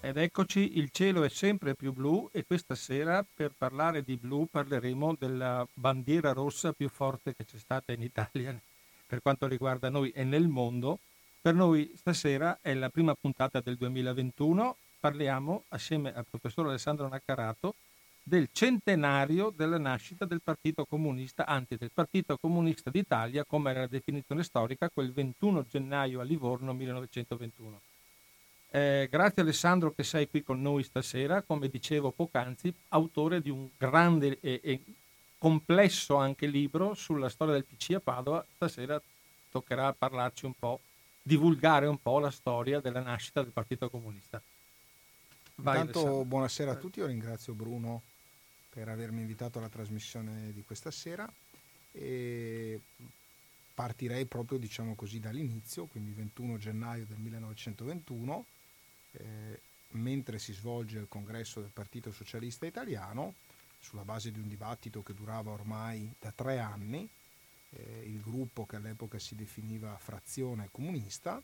Ed eccoci, il cielo è sempre più blu e questa sera per parlare di blu parleremo della bandiera rossa più forte che c'è stata in Italia per quanto riguarda noi e nel mondo. Per noi stasera è la prima puntata del 2021, parliamo assieme al professor Alessandro Naccarato del centenario della nascita del Partito Comunista, anzi del Partito Comunista d'Italia, come era la definizione storica, quel 21 gennaio a Livorno 1921. Grazie Alessandro che sei qui con noi stasera, come dicevo poc'anzi, autore di un grande e complesso anche libro sulla storia del PC a Padova. Stasera toccherà parlarci un po', divulgare un po' la storia della nascita del Partito Comunista. Vai Intanto Alessandro. buonasera a tutti, io ringrazio Bruno per avermi invitato alla trasmissione di questa sera e partirei proprio dall'inizio, quindi 21 gennaio del 1921, mentre si svolge il congresso del Partito Socialista Italiano, sulla base di un dibattito che durava ormai da 3 anni, il gruppo che all'epoca si definiva Frazione Comunista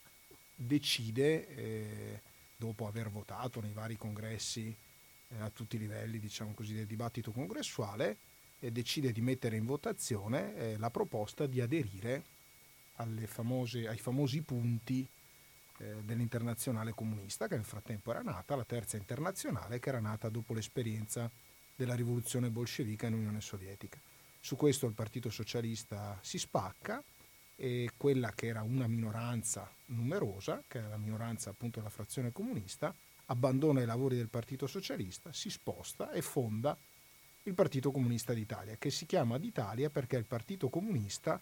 decide, dopo aver votato nei vari congressi a tutti i livelli del dibattito congressuale, decide di mettere in votazione la proposta di aderire ai famosi punti dell'Internazionale Comunista, che nel frattempo era nata, la terza internazionale, che era nata dopo l'esperienza della rivoluzione bolscevica in Unione Sovietica. Su questo il Partito Socialista si spacca e quella che era una minoranza numerosa, che era la minoranza appunto della frazione comunista, abbandona i lavori del Partito Socialista, si sposta e fonda il Partito Comunista d'Italia, che si chiama d'Italia perché è il Partito Comunista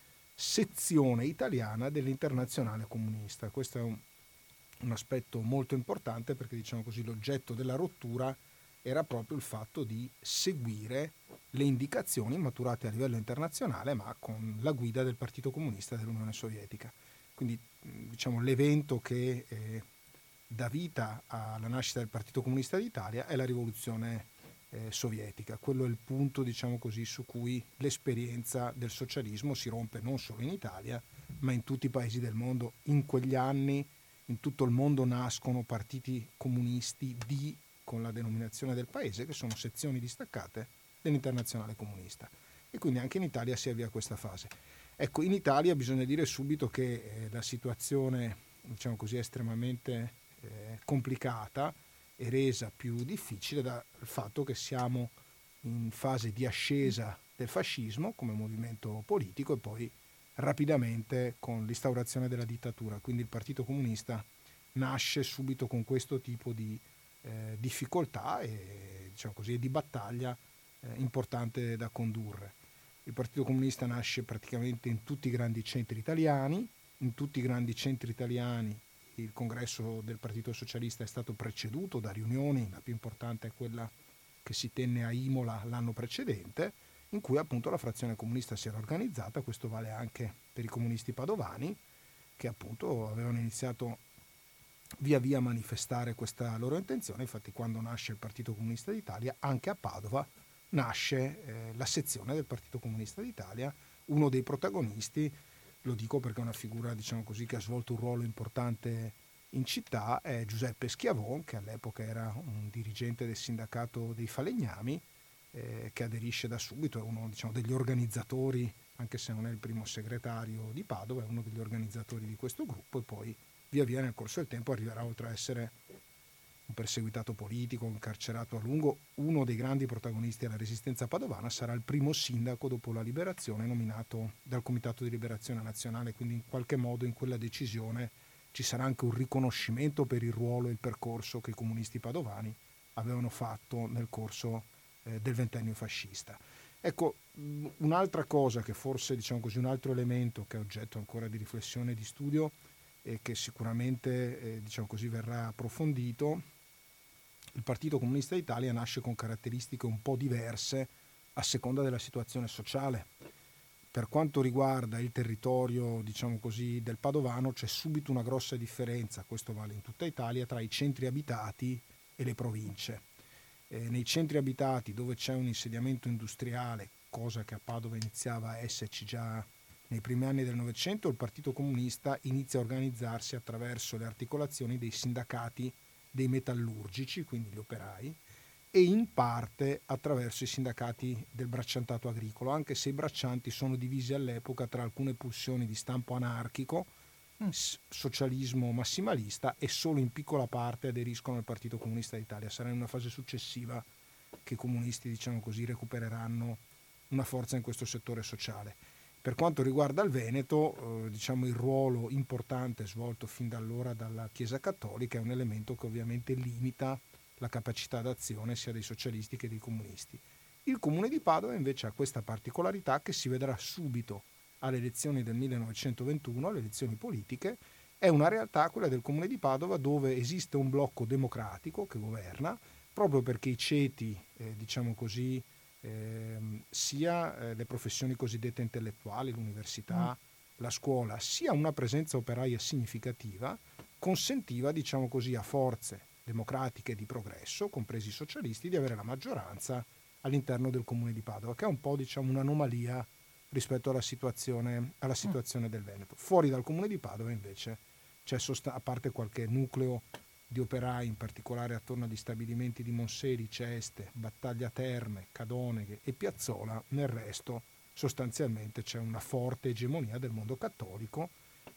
sezione italiana dell'Internazionale Comunista. Questo è un aspetto molto importante perché l'oggetto della rottura era proprio il fatto di seguire le indicazioni maturate a livello internazionale ma con la guida del Partito Comunista dell'Unione Sovietica. Quindi l'evento che dà vita alla nascita del Partito Comunista d'Italia è la rivoluzione sovietica. Quello è il punto su cui l'esperienza del socialismo si rompe non solo in Italia ma in tutti i paesi del mondo. In quegli anni in tutto il mondo nascono partiti comunisti con la denominazione del paese, che sono sezioni distaccate dell'Internazionale Comunista, e quindi anche in Italia si avvia questa fase. Ecco, in Italia bisogna dire subito che la situazione è estremamente complicata e resa più difficile dal fatto che siamo in fase di ascesa del fascismo come movimento politico e poi rapidamente con l'instaurazione della dittatura. Quindi il Partito Comunista nasce subito con questo tipo di difficoltà e di battaglia importante da condurre. Il Partito Comunista nasce praticamente in tutti i grandi centri italiani. In tutti i grandi centri italiani il congresso del Partito Socialista è stato preceduto da riunioni, la più importante è quella che si tenne a Imola l'anno precedente, in cui appunto la frazione comunista si era organizzata. Questo vale anche per i comunisti padovani, che appunto avevano iniziato via via a manifestare questa loro intenzione. Infatti quando nasce il Partito Comunista d'Italia, anche a Padova nasce la sezione del Partito Comunista d'Italia. Uno dei protagonisti, lo dico perché è una figura che ha svolto un ruolo importante in città, è Giuseppe Schiavon, che all'epoca era un dirigente del sindacato dei falegnami, che aderisce da subito, è uno degli organizzatori, anche se non è il primo segretario di Padova, è uno degli organizzatori di questo gruppo, e poi via via nel corso del tempo arriverà, oltre a essere un perseguitato politico, un carcerato a lungo, uno dei grandi protagonisti della resistenza padovana. Sarà il primo sindaco dopo la liberazione nominato dal Comitato di Liberazione Nazionale, quindi in qualche modo in quella decisione ci sarà anche un riconoscimento per il ruolo e il percorso che i comunisti padovani avevano fatto nel corso del ventennio fascista. Ecco, un'altra cosa che forse un altro elemento che è oggetto ancora di riflessione e di studio e che sicuramente verrà approfondito. Il Partito Comunista d'Italia nasce con caratteristiche un po' diverse a seconda della situazione sociale. Per quanto riguarda il territorio del Padovano, c'è subito una grossa differenza, questo vale in tutta Italia, tra i centri abitati e le province. Nei centri abitati, dove c'è un insediamento industriale, cosa che a Padova iniziava a esserci già nei primi anni del Novecento, il Partito Comunista inizia a organizzarsi attraverso le articolazioni dei sindacati dei metallurgici, quindi gli operai, e in parte attraverso i sindacati del bracciantato agricolo, anche se i braccianti sono divisi all'epoca tra alcune pulsioni di stampo anarchico, socialismo massimalista, e solo in piccola parte aderiscono al Partito Comunista d'Italia. Sarà in una fase successiva che i comunisti, diciamo così, recupereranno una forza in questo settore sociale. Per quanto riguarda il Veneto, diciamo il ruolo importante svolto fin da allora dalla Chiesa Cattolica è un elemento che ovviamente limita la capacità d'azione sia dei socialisti che dei comunisti. Il Comune di Padova invece ha questa particolarità che si vedrà subito alle elezioni del 1921, alle elezioni politiche. È una realtà, quella del Comune di Padova, dove esiste un blocco democratico che governa, proprio perché i ceti, diciamo così, sia le professioni cosiddette intellettuali, l'università, la scuola, sia una presenza operaia significativa, consentiva, diciamo così, a forze democratiche di progresso, compresi i socialisti, di avere la maggioranza all'interno del Comune di Padova, che è un po', diciamo, un'anomalia rispetto alla situazione del Veneto. Fuori dal Comune di Padova invece c'è, a parte qualche nucleo di operai, in particolare attorno agli stabilimenti di Monseli, Ceste, Battaglia Terme, Cadoneghe e Piazzola, nel resto sostanzialmente c'è una forte egemonia del mondo cattolico,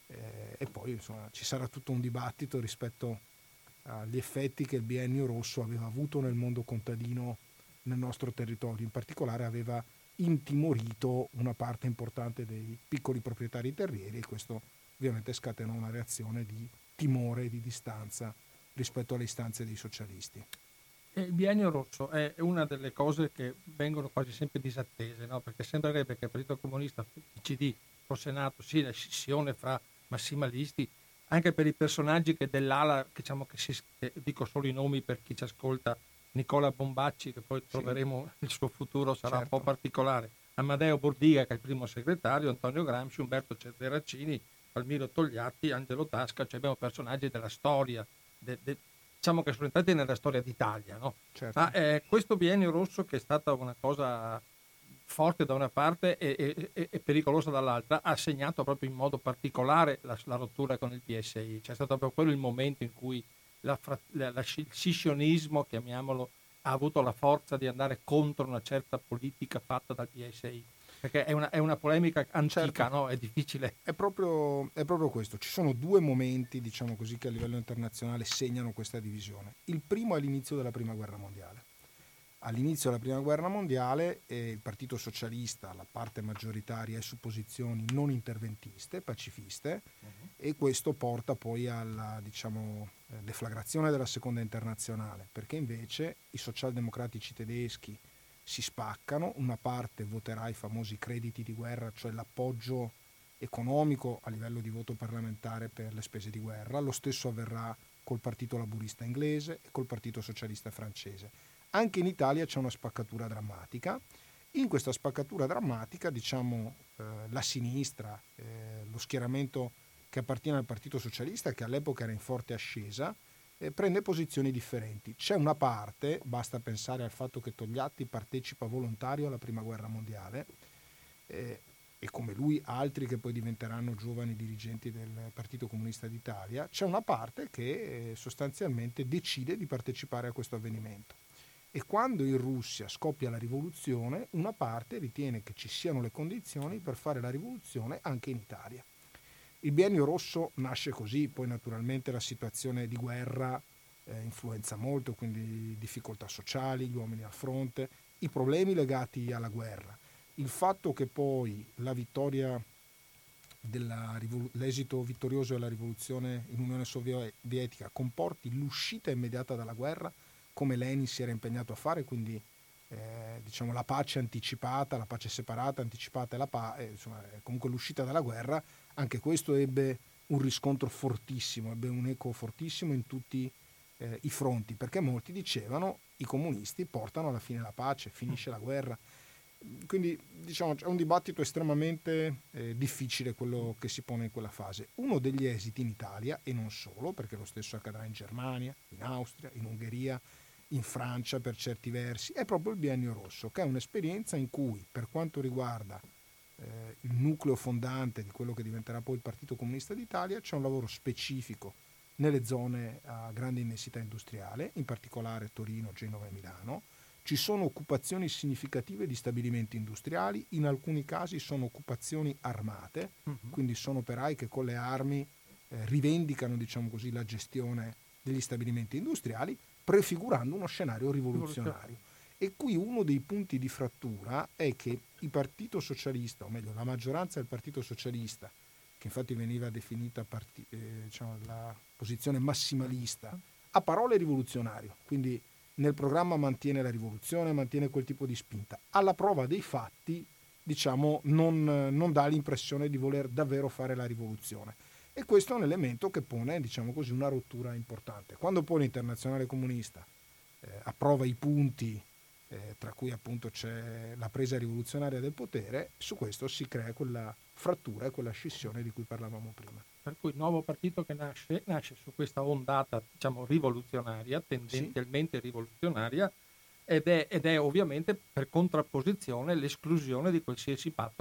e poi insomma ci sarà tutto un dibattito rispetto agli effetti che il biennio rosso aveva avuto nel mondo contadino nel nostro territorio. In particolare aveva intimorito una parte importante dei piccoli proprietari terrieri, e questo ovviamente scatenò una reazione di timore e di distanza rispetto alle istanze dei socialisti. Il biennio rosso è una delle cose che vengono quasi sempre disattese, no? Perché sembrerebbe che il Partito Comunista, il CD, fosse nato sì la scissione fra massimalisti, anche per i personaggi che dell'ala, diciamo che dico solo i nomi per chi ci ascolta: Nicola Bombacci, che poi troveremo il suo futuro sarà un po' particolare, Amadeo Bordiga, che è il primo segretario, Antonio Gramsci, Umberto Cerveraccini, Palmiro Togliatti, Angelo Tasca, cioè abbiamo personaggi della storia, diciamo che sono entrati nella storia d'Italia, no? Certo. Ma questo biennio rosso, che è stata una cosa forte da una parte e pericolosa dall'altra, ha segnato proprio in modo particolare la rottura con il PSI. C'è stato proprio quello il momento in cui il scissionismo, chiamiamolo, ha avuto la forza di andare contro una certa politica fatta dal PSI. Perché è una polemica antica, certo. No? È difficile. È proprio questo. Ci sono due momenti, diciamo così, che a livello internazionale segnano questa divisione. Il primo è l'inizio della Prima Guerra Mondiale. All'inizio della Prima Guerra Mondiale il Partito Socialista, la parte maggioritaria, è su posizioni non interventiste, pacifiste, e questo porta poi alla, diciamo, deflagrazione della Seconda Internazionale, perché invece i socialdemocratici tedeschi si spaccano, una parte voterà i famosi crediti di guerra, cioè l'appoggio economico a livello di voto parlamentare per le spese di guerra. Lo stesso avverrà col Partito Laburista inglese e col Partito Socialista francese. Anche in Italia c'è una spaccatura drammatica. In questa spaccatura drammatica, diciamo, la sinistra, lo schieramento che appartiene al Partito Socialista, che all'epoca era in forte ascesa, prende posizioni differenti. C'è una parte, basta pensare al fatto che Togliatti partecipa volontario alla Prima Guerra Mondiale, e come lui altri che poi diventeranno giovani dirigenti del Partito Comunista d'Italia. C'è una parte che sostanzialmente decide di partecipare a questo avvenimento. E quando in Russia scoppia la rivoluzione, una parte ritiene che ci siano le condizioni per fare la rivoluzione anche in Italia. Il biennio rosso nasce così, poi naturalmente la situazione di guerra influenza molto, quindi difficoltà sociali, gli uomini al fronte, i problemi legati alla guerra. Il fatto che poi la vittoria l'esito vittorioso della rivoluzione in Unione Sovietica comporti l'uscita immediata dalla guerra, come Lenin si era impegnato a fare, quindi diciamo la pace anticipata, la pace separata, anticipata e insomma, comunque l'uscita dalla guerra, anche questo ebbe un riscontro fortissimo, ebbe un eco fortissimo in tutti i fronti, perché molti dicevano i comunisti portano alla fine la pace, finisce la guerra. Quindi diciamo è un dibattito estremamente difficile quello che si pone in quella fase. Uno degli esiti in Italia, e non solo, perché lo stesso accadrà in Germania, in Austria, in Ungheria, in Francia per certi versi, è proprio il biennio rosso, che è un'esperienza in cui, per quanto riguarda il nucleo fondante di quello che diventerà poi il Partito Comunista d'Italia, c'è un lavoro specifico nelle zone a grande intensità industriale, in particolare Torino, Genova e Milano. Ci sono occupazioni significative di stabilimenti industriali, in alcuni casi sono occupazioni armate, quindi sono operai che con le armi rivendicano, diciamo così, la gestione degli stabilimenti industriali, prefigurando uno scenario rivoluzionario. E qui uno dei punti di frattura è che il Partito Socialista, o meglio la maggioranza del Partito Socialista, che infatti veniva definita diciamo, la posizione massimalista, a parole è rivoluzionario, quindi nel programma mantiene la rivoluzione, mantiene quel tipo di spinta. Alla prova dei fatti, diciamo, non dà l'impressione di voler davvero fare la rivoluzione. E questo è un elemento che pone, diciamo così, una rottura importante. Quando poi l'Internazionale Comunista approva i punti, tra cui appunto c'è la presa rivoluzionaria del potere, su questo si crea quella frattura e quella scissione di cui parlavamo prima. Per cui il nuovo partito che nasce su questa ondata, diciamo, rivoluzionaria, tendenzialmente rivoluzionaria, ed è ovviamente per contrapposizione l'esclusione di qualsiasi patto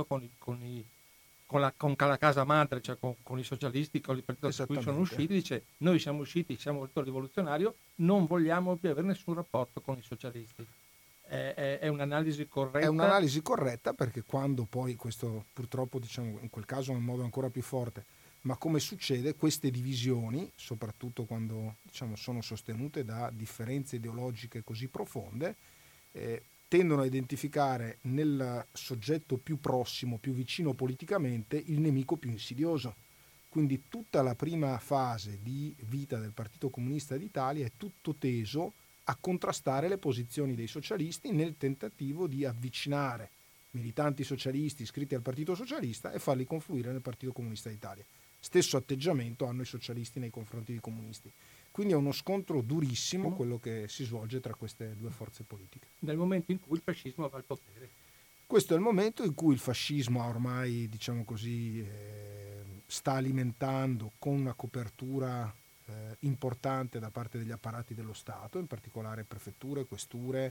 con la casa madre, cioè con i socialisti, con il partito da cui sono usciti. Dice: noi siamo usciti, siamo il rivoluzionario, non vogliamo più avere nessun rapporto con i socialisti. È un'analisi corretta? È un'analisi corretta, perché quando poi questo, purtroppo, diciamo, in quel caso in un modo ancora più forte, ma come succede, queste divisioni, soprattutto quando, diciamo, sono sostenute da differenze ideologiche così profonde, tendono a identificare nel soggetto più prossimo, più vicino politicamente, il nemico più insidioso. Quindi tutta la prima fase di vita del Partito Comunista d'Italia è tutto teso a contrastare le posizioni dei socialisti nel tentativo di avvicinare militanti socialisti iscritti al Partito Socialista e farli confluire nel Partito Comunista d'Italia. Stesso atteggiamento hanno i socialisti nei confronti dei comunisti. Quindi è uno scontro durissimo quello che si svolge tra queste due forze politiche. Nel momento in cui il fascismo va al potere. Questo è il momento in cui il fascismo ha ormai, diciamo così, sta alimentando con una copertura importante da parte degli apparati dello Stato, in particolare prefetture, questure,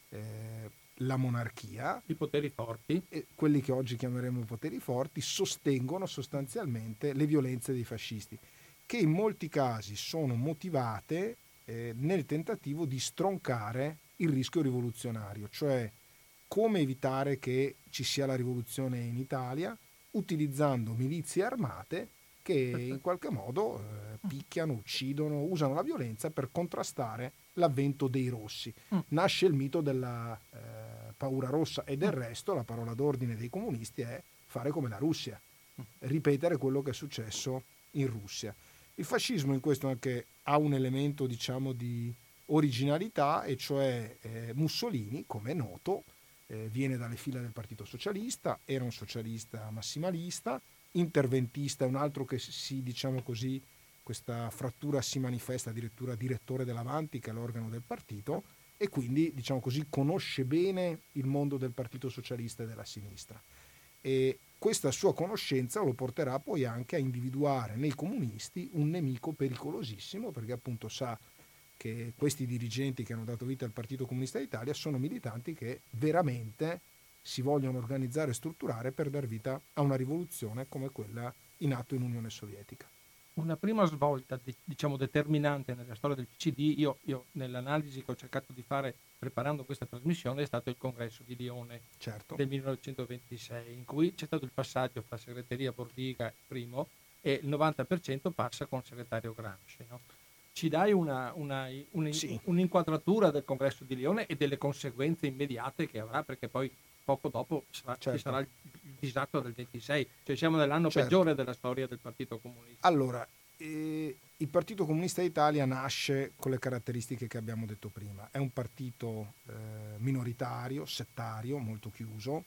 la monarchia. I poteri forti. E quelli che oggi chiameremo poteri forti sostengono sostanzialmente le violenze dei fascisti, che in molti casi sono motivate nel tentativo di stroncare il rischio rivoluzionario, cioè come evitare che ci sia la rivoluzione in Italia utilizzando milizie armate che in qualche modo picchiano, uccidono, usano la violenza per contrastare l'avvento dei rossi. Nasce il mito della paura rossa, e del resto la parola d'ordine dei comunisti è fare come la Russia, ripetere quello che è successo in Russia. Il fascismo in questo anche ha un elemento, diciamo, di originalità, e cioè Mussolini, come è noto, viene dalle fila del Partito Socialista, era un socialista massimalista, interventista, è un altro che diciamo così, questa frattura si manifesta addirittura direttore dell'Avanti, che è l'organo del partito, e quindi, diciamo così, conosce bene il mondo del Partito Socialista e della sinistra. E questa sua conoscenza lo porterà poi anche a individuare nei comunisti un nemico pericolosissimo, perché appunto sa che questi dirigenti che hanno dato vita al Partito Comunista d'Italia sono militanti che veramente si vogliono organizzare e strutturare per dar vita a una rivoluzione come quella in atto in Unione Sovietica. Una prima svolta, diciamo, determinante nella storia del PCD, io nell'analisi che ho cercato di fare preparando questa trasmissione, è stato il congresso di Lione, certo, del 1926, in cui c'è stato il passaggio fra segreteria Bordiga primo e il 90% passa con il segretario Gramsci, no? Ci dai un'inquadratura del congresso di Lione e delle conseguenze immediate che avrà, perché poi poco dopo ci sarà il disastro del 26, cioè siamo nell'anno peggiore della storia del Partito Comunista. Allora, il Partito Comunista d'Italia nasce con le caratteristiche che abbiamo detto prima. È un partito minoritario, settario, molto chiuso,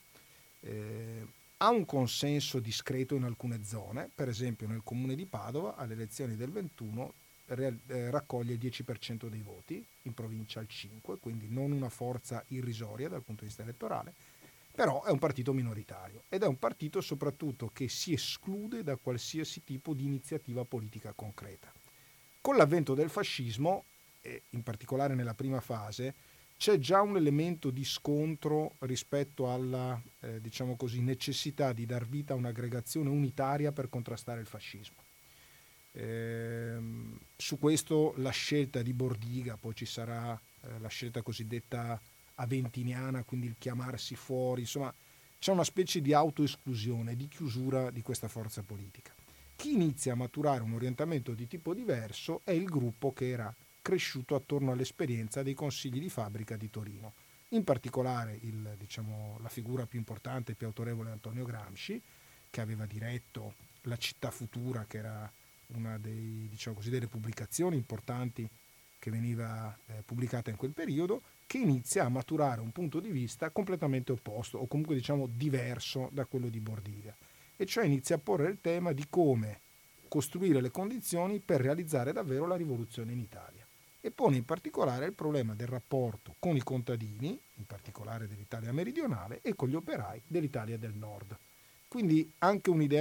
ha un consenso discreto in alcune zone, per esempio nel comune di Padova alle elezioni del 21 raccoglie il 10% dei voti, in provincia il 5%, quindi non una forza irrisoria dal punto di vista elettorale, però è un partito minoritario ed è un partito soprattutto che si esclude da qualsiasi tipo di iniziativa politica concreta. Con l'avvento del fascismo, e in particolare nella prima fase, c'è già un elemento di scontro rispetto alla diciamo così, necessità di dar vita a un'aggregazione unitaria per contrastare il fascismo. Su questo la scelta di Bordiga, poi ci sarà la scelta cosiddetta aventiniana, quindi il chiamarsi fuori, insomma c'è una specie di autoesclusione, di chiusura di questa forza politica. Chi inizia a maturare un orientamento di tipo diverso è il gruppo che era cresciuto attorno all'esperienza dei consigli di fabbrica di Torino. In particolare la figura più importante e più autorevole è Antonio Gramsci, che aveva diretto La Città Futura, che era una delle pubblicazioni importanti che veniva pubblicata in quel periodo, che inizia a maturare un punto di vista completamente opposto o comunque diverso da quello di Bordiga, e cioè inizia a porre il tema di come costruire le condizioni per realizzare davvero la rivoluzione in Italia, e pone in particolare il problema del rapporto con i contadini, in particolare dell'Italia meridionale, e con gli operai dell'Italia del Nord. Quindi anche un'idea,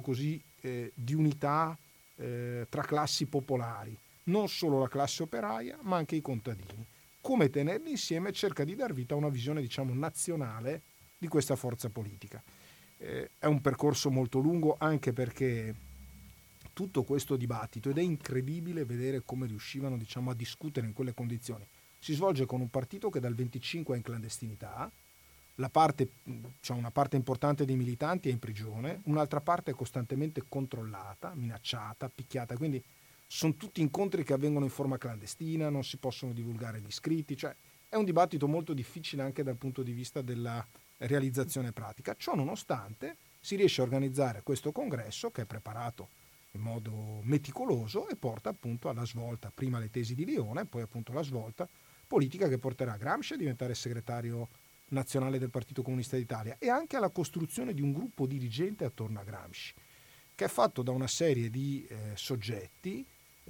di unità tra classi popolari, non solo la classe operaia, ma anche i contadini. Come tenerli insieme cerca di dar vita a una visione, nazionale di questa forza politica. È un percorso molto lungo, anche perché tutto questo dibattito, ed è incredibile vedere come riuscivano a discutere in quelle condizioni, si svolge con un partito che dal 25 è in clandestinità, una parte importante dei militanti è in prigione, un'altra parte è costantemente controllata, minacciata, picchiata, quindi sono tutti incontri che avvengono in forma clandestina, non si possono divulgare gli iscritti, cioè è un dibattito molto difficile anche dal punto di vista della realizzazione pratica. Ciò nonostante si riesce a organizzare questo congresso, che è preparato in modo meticoloso e porta appunto alla svolta, prima le tesi di Lione, poi appunto la svolta politica che porterà Gramsci a diventare segretario nazionale del Partito Comunista d'Italia, e anche alla costruzione di un gruppo dirigente attorno a Gramsci, che è fatto da una serie di soggetti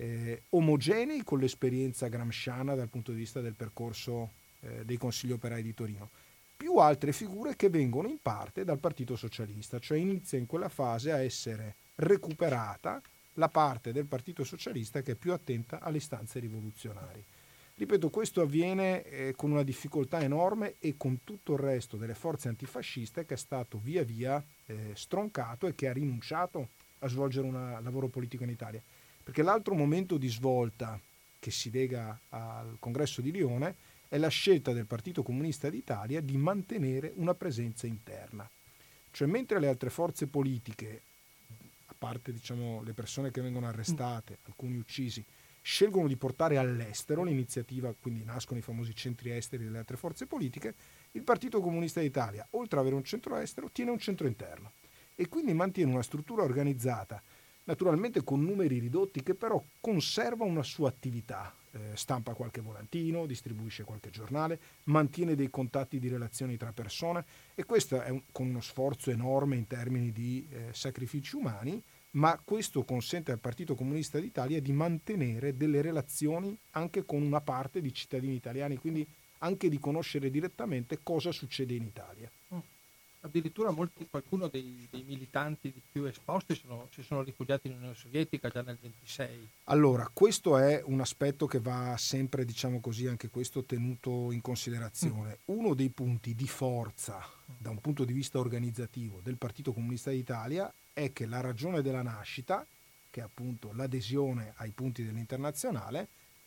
omogenei con l'esperienza gramsciana dal punto di vista del percorso dei consigli operai di Torino, più altre figure che vengono in parte dal Partito Socialista, cioè inizia in quella fase a essere recuperata la parte del Partito Socialista che è più attenta alle istanze rivoluzionarie. Ripeto, questo avviene con una difficoltà enorme e con tutto il resto delle forze antifasciste, che è stato via via stroncato e che ha rinunciato a svolgere un lavoro politico in Italia. Perché l'altro momento di svolta che si lega al congresso di Lione è la scelta del Partito Comunista d'Italia di mantenere una presenza interna. Cioè, mentre le altre forze politiche, a parte le persone che vengono arrestate, alcuni uccisi, scelgono di portare all'estero l'iniziativa, quindi nascono i famosi centri esteri delle altre forze politiche, il Partito Comunista d'Italia, oltre ad avere un centro estero, tiene un centro interno e quindi mantiene una struttura organizzata, naturalmente con numeri ridotti, che però conserva una sua attività, stampa qualche volantino, distribuisce qualche giornale, mantiene dei contatti di relazioni tra persone, e questo è con uno sforzo enorme in termini di sacrifici umani, ma questo consente al Partito Comunista d'Italia di mantenere delle relazioni anche con una parte di cittadini italiani, quindi anche di conoscere direttamente cosa succede in Italia. Addirittura qualcuno dei militanti più esposti si sono rifugiati in Unione Sovietica già nel 26. Allora, questo è un aspetto che va sempre, anche questo tenuto in considerazione. Uno dei punti di forza da un punto di vista organizzativo del Partito Comunista d'Italia è che la ragione della nascita, che è appunto l'adesione ai punti dell'Internazionale,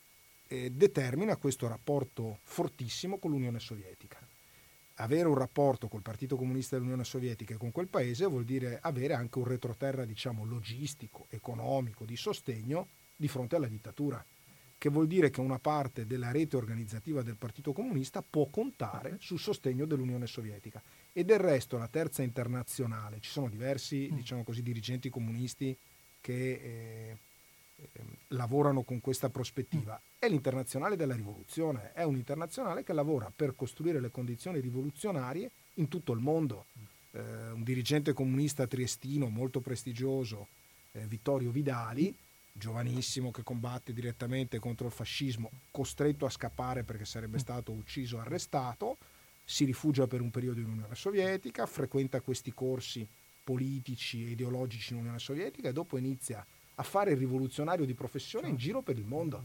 determina questo rapporto fortissimo con l'Unione Sovietica. Avere un rapporto col Partito Comunista dell'Unione Sovietica e con quel paese vuol dire avere anche un retroterra, logistico, economico, di sostegno di fronte alla dittatura, che vuol dire che una parte della rete organizzativa del Partito Comunista può contare sul sostegno dell'Unione Sovietica. E del resto la terza internazionale, ci sono diversi dirigenti comunisti che lavorano con questa prospettiva, è l'internazionale della rivoluzione, è un'internazionale che lavora per costruire le condizioni rivoluzionarie in tutto il mondo. Un dirigente comunista triestino molto prestigioso, Vittorio Vidali, giovanissimo, che combatte direttamente contro il fascismo, costretto a scappare perché sarebbe stato ucciso o arrestato, si rifugia per un periodo in Unione Sovietica, frequenta questi corsi politici e ideologici in Unione Sovietica e dopo inizia a fare il rivoluzionario di professione in giro per il mondo.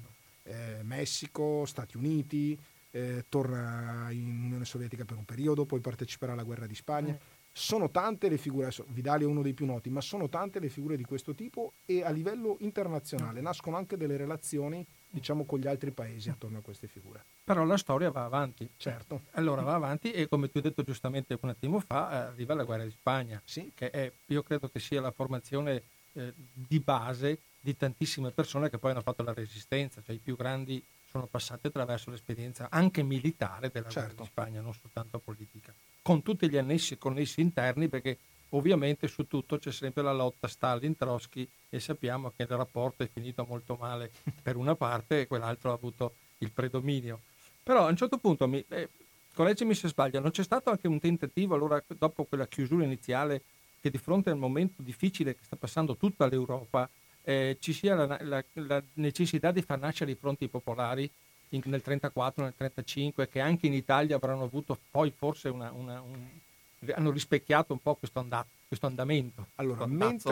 Messico, Stati Uniti, torna in Unione Sovietica per un periodo, poi parteciperà alla guerra di Spagna. Sono tante le figure, adesso Vidali è uno dei più noti, ma sono tante le figure di questo tipo e a livello internazionale nascono anche delle relazioni, diciamo, con gli altri paesi attorno a queste figure. Però la storia va avanti. Certo. Allora va avanti e come ti ho detto giustamente un attimo fa, arriva la guerra di Spagna, Sì. che è, io credo che sia la formazione di base di tantissime persone che poi hanno fatto la resistenza, cioè i più grandi sono passati attraverso l'esperienza anche militare della guerra di Spagna, non soltanto politica, con tutti gli connessi interni, perché ovviamente su tutto c'è sempre la lotta Stalin-Trotsky e sappiamo che il rapporto è finito molto male per una parte e quell'altro ha avuto il predominio. Però a un certo punto, correggimi se sbaglio, non c'è stato anche un tentativo allora dopo quella chiusura iniziale che di fronte al momento difficile che sta passando tutta l'Europa ci sia la necessità di far nascere i fronti popolari nel 34, nel 35, che anche in Italia avranno avuto poi forse hanno rispecchiato un po' questo andamento. Allora,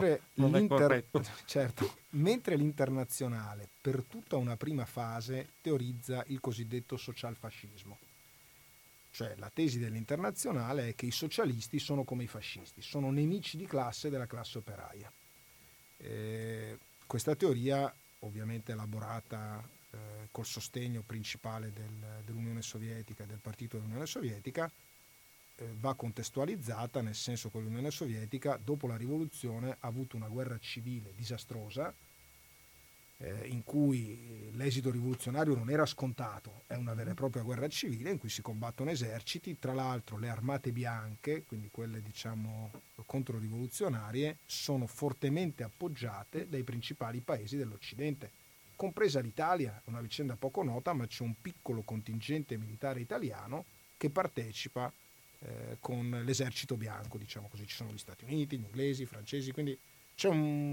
certo, mentre l'internazionale per tutta una prima fase teorizza il cosiddetto socialfascismo, cioè la tesi dell'internazionale è che i socialisti sono come i fascisti, sono nemici di classe della classe operaia. Questa teoria, ovviamente elaborata col sostegno principale dell'Unione Sovietica e del partito dell'Unione Sovietica, va contestualizzata nel senso che l'Unione Sovietica dopo la rivoluzione ha avuto una guerra civile disastrosa in cui l'esito rivoluzionario non era scontato, è una vera e propria guerra civile in cui si combattono eserciti, tra l'altro le armate bianche, quindi quelle diciamo controrivoluzionarie, sono fortemente appoggiate dai principali paesi dell'Occidente, compresa l'Italia, una vicenda poco nota, ma c'è un piccolo contingente militare italiano che partecipa con l'esercito bianco, diciamo così, ci sono gli Stati Uniti, gli inglesi, i francesi, quindi c'è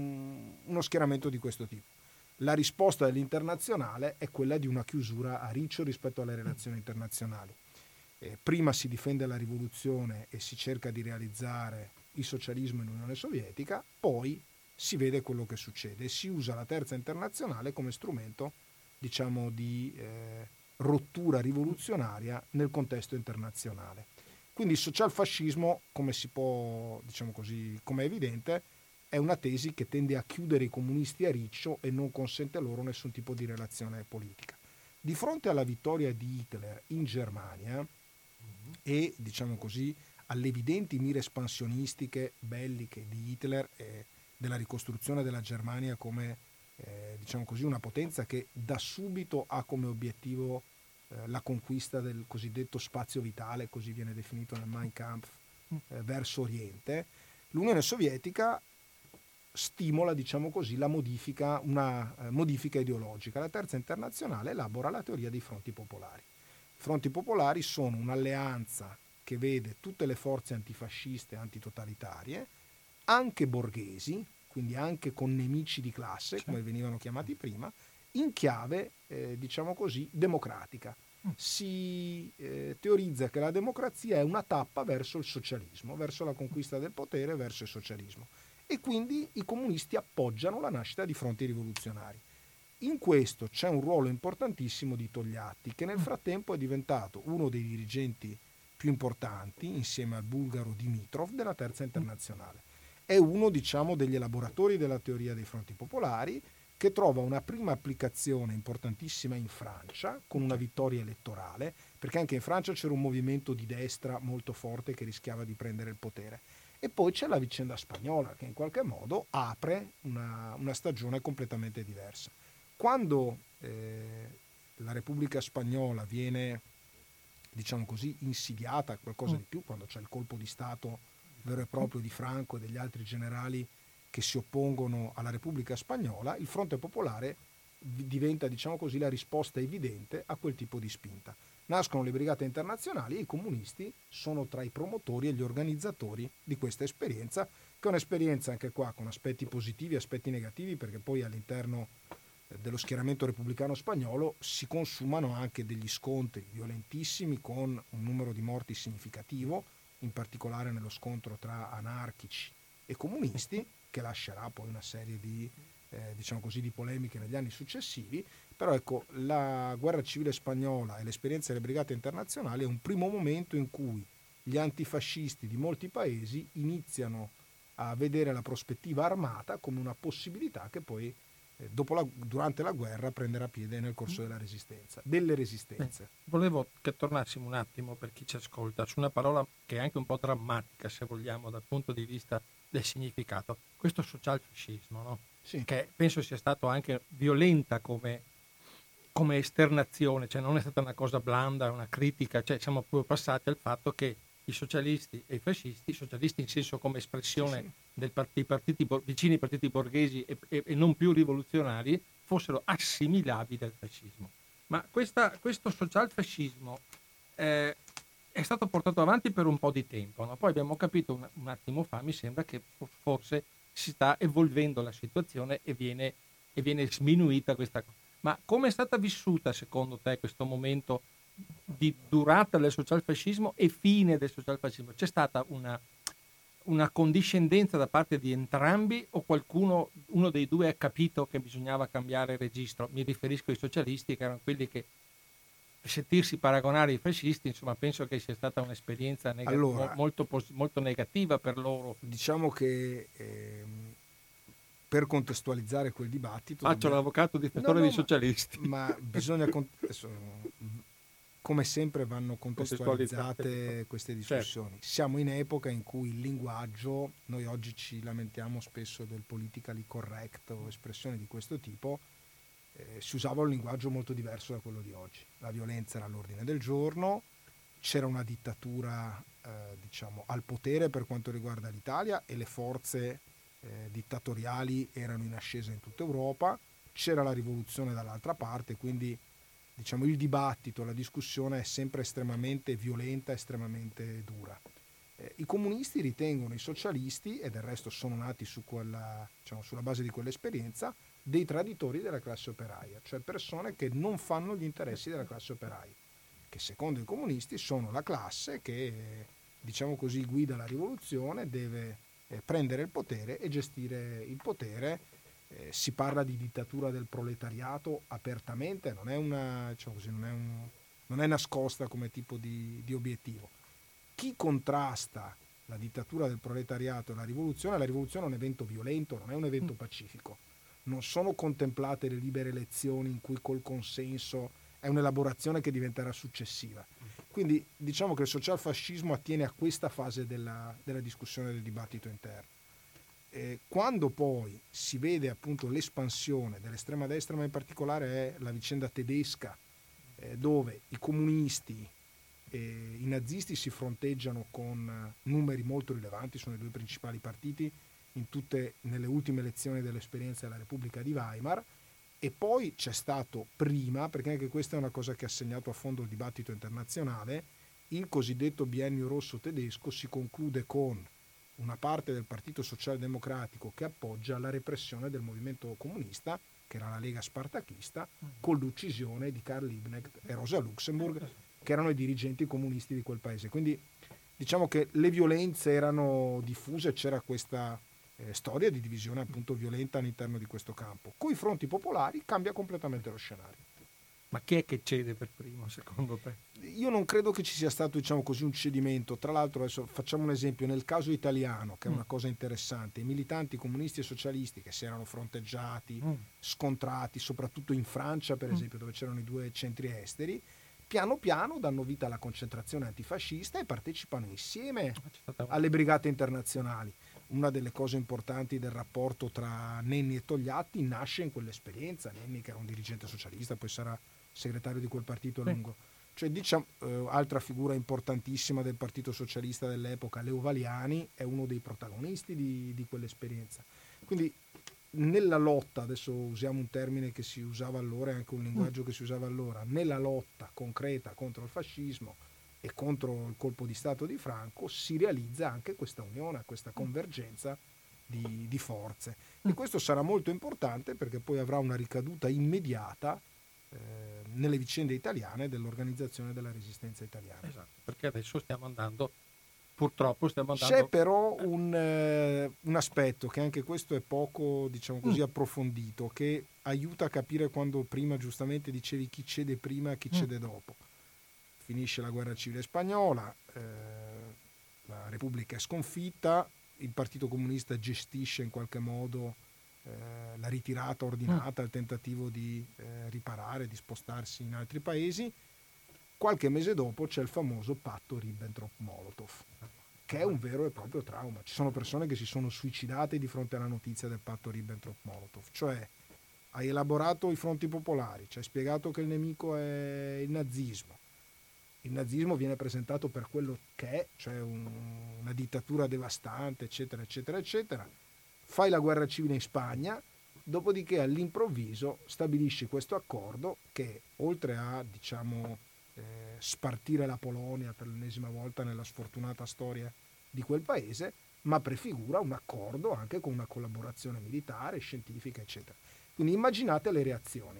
uno schieramento di questo tipo. La risposta dell'internazionale è quella di una chiusura a riccio rispetto alle relazioni internazionali. Prima si difende la rivoluzione e si cerca di realizzare il socialismo in Unione Sovietica, poi si vede quello che succede e si usa la terza internazionale come strumento, diciamo, di rottura rivoluzionaria nel contesto internazionale. Quindi il socialfascismo, come si può, diciamo così, come è evidente, è una tesi che tende a chiudere i comunisti a riccio e non consente loro nessun tipo di relazione politica. Di fronte alla vittoria di Hitler in Germania e, diciamo così, alle evidenti mire espansionistiche belliche di Hitler e della ricostruzione della Germania come, diciamo così, una potenza che da subito ha come obiettivo la conquista del cosiddetto spazio vitale, così viene definito nel Mein Kampf, verso Oriente, l'Unione Sovietica stimola, diciamo così, una modifica ideologica. La terza internazionale elabora la teoria dei fronti popolari. I fronti popolari sono un'alleanza che vede tutte le forze antifasciste e antitotalitarie, anche borghesi, quindi anche con nemici di classe, come venivano chiamati prima, in chiave, diciamo così, democratica. Si teorizza che la democrazia è una tappa verso il socialismo, verso la conquista del potere, verso il socialismo. E quindi i comunisti appoggiano la nascita di fronti rivoluzionari. In questo c'è un ruolo importantissimo di Togliatti, che nel frattempo è diventato uno dei dirigenti più importanti, insieme al bulgaro Dimitrov, della Terza Internazionale. È uno, diciamo, degli elaboratori della teoria dei fronti popolari, che trova una prima applicazione importantissima in Francia, con una vittoria elettorale, perché anche in Francia c'era un movimento di destra molto forte che rischiava di prendere il potere. E poi c'è la vicenda spagnola, che in qualche modo apre una stagione completamente diversa. Quando la Repubblica Spagnola viene, diciamo così, insidiata, qualcosa di più, quando c'è il colpo di Stato vero e proprio di Franco e degli altri generali che si oppongono alla Repubblica Spagnola, il Fronte Popolare diventa, diciamo così, la risposta evidente a quel tipo di spinta. Nascono le brigate internazionali e i comunisti sono tra i promotori e gli organizzatori di questa esperienza, che è un'esperienza anche qua con aspetti positivi e aspetti negativi, perché poi all'interno dello schieramento repubblicano spagnolo si consumano anche degli scontri violentissimi con un numero di morti significativo, in particolare nello scontro tra anarchici e comunisti, che lascerà poi una serie di, diciamo così, di polemiche negli anni successivi. Però ecco, la guerra civile spagnola e l'esperienza delle brigate internazionali è un primo momento in cui gli antifascisti di molti paesi iniziano a vedere la prospettiva armata come una possibilità che poi durante la guerra prenderà piede nel corso delle resistenze. Volevo che tornassimo un attimo, per chi ci ascolta, su una parola che è anche un po' drammatica, se vogliamo, dal punto di vista del significato, questo socialfascismo, no? Sì. Che penso sia stato anche violenta come esternazione, cioè non è stata una cosa blanda, una critica, cioè siamo proprio passati al fatto che i socialisti e i fascisti, socialisti in senso come espressione dei partiti vicini ai partiti borghesi e non più rivoluzionari, fossero assimilabili al fascismo. Ma questo socialfascismo è stato portato avanti per un po' di tempo, no? Poi abbiamo capito un attimo fa, mi sembra che forse si sta evolvendo la situazione e viene sminuita questa cosa. Ma come è stata vissuta secondo te questo momento di durata del socialfascismo e fine del socialfascismo? C'è stata una condiscendenza da parte di entrambi o uno dei due ha capito che bisognava cambiare registro? Mi riferisco ai socialisti, che erano quelli che, sentirsi paragonare ai fascisti, insomma, penso che sia stata un'esperienza molto negativa per loro. Diciamo che per contestualizzare quel dibattito faccio l'avvocato difensore dei socialisti, ma bisogna come sempre vanno contestualizzate queste discussioni. Certo. Siamo in epoca in cui il linguaggio, noi oggi ci lamentiamo spesso del politically correct o espressioni di questo tipo, si usava un linguaggio molto diverso da quello di oggi. La violenza era all'ordine del giorno, c'era una dittatura al potere per quanto riguarda l'Italia e le forze dittatoriali erano in ascesa in tutta Europa, c'era la rivoluzione dall'altra parte, quindi il dibattito, la discussione è sempre estremamente violenta, estremamente dura. I comunisti ritengono i socialisti, e del resto sono nati sulla base di quell'esperienza, dei traditori della classe operaia, cioè persone che non fanno gli interessi della classe operaia, che secondo i comunisti sono la classe che, guida la rivoluzione, deve prendere il potere e gestire il potere. Si parla di dittatura del proletariato apertamente, non è nascosta come tipo di obiettivo. Chi contrasta la dittatura del proletariato e la rivoluzione è un evento violento, non è un evento pacifico. Non sono contemplate le libere elezioni in cui col consenso è un'elaborazione che diventerà successiva. Quindi diciamo che il socialfascismo attiene a questa fase della discussione del dibattito interno. Quando poi si vede appunto l'espansione dell'estrema destra, ma in particolare è la vicenda tedesca, dove i comunisti e i nazisti si fronteggiano con numeri molto rilevanti, sono i due principali partiti nelle ultime elezioni dell'esperienza della Repubblica di Weimar, e poi c'è stato prima, perché anche questa è una cosa che ha segnato a fondo il dibattito internazionale, il cosiddetto biennio rosso tedesco si conclude con una parte del Partito Socialdemocratico che appoggia la repressione del movimento comunista, che era la Lega Spartachista, con l'uccisione di Karl Liebknecht e Rosa Luxemburg, che erano i dirigenti comunisti di quel paese. Quindi diciamo che le violenze erano diffuse, c'era questa storia di divisione appunto violenta all'interno di questo campo. Con i fronti popolari cambia completamente lo scenario. Ma chi è che cede per primo, secondo te? Io non credo che ci sia stato, un cedimento. Tra l'altro, adesso facciamo un esempio, nel caso italiano, che è una cosa interessante, i militanti comunisti e socialisti che si erano fronteggiati, scontrati, soprattutto in Francia, per esempio, dove c'erano i due centri esteri, piano piano danno vita alla concentrazione antifascista e partecipano insieme alle brigate internazionali. Una delle cose importanti del rapporto tra Nenni e Togliatti nasce in quell'esperienza. Nenni, che era un dirigente socialista, poi sarà segretario di quel partito a lungo. Cioè, altra figura importantissima del Partito Socialista dell'epoca, Leo Valiani, è uno dei protagonisti di quell'esperienza. Quindi nella lotta, adesso usiamo un termine che si usava allora e anche un linguaggio che si usava allora, nella lotta concreta contro il fascismo e contro il colpo di Stato di Franco si realizza anche questa unione, questa convergenza di forze. E questo sarà molto importante perché poi avrà una ricaduta immediata nelle vicende italiane dell'organizzazione della resistenza italiana. Esatto, perché adesso purtroppo stiamo andando... C'è però un aspetto che anche questo è poco, approfondito, che aiuta a capire quando prima giustamente dicevi chi cede prima e chi cede dopo. Finisce la guerra civile spagnola, la Repubblica è sconfitta, il Partito Comunista gestisce in qualche modo la ritirata ordinata, il tentativo di riparare, di spostarsi in altri paesi. Qualche mese dopo c'è il famoso patto Ribbentrop-Molotov, che è un vero e proprio trauma. Ci sono persone che si sono suicidate di fronte alla notizia del patto Ribbentrop-Molotov. Cioè, hai elaborato i fronti popolari, ci hai spiegato che il nemico è il nazismo. Il nazismo viene presentato per quello che è, cioè una dittatura devastante, eccetera, eccetera, eccetera. Fai la guerra civile in Spagna, dopodiché all'improvviso stabilisci questo accordo che, oltre a, spartire la Polonia per l'ennesima volta nella sfortunata storia di quel paese, ma prefigura un accordo anche con una collaborazione militare, scientifica, eccetera. Quindi immaginate le reazioni.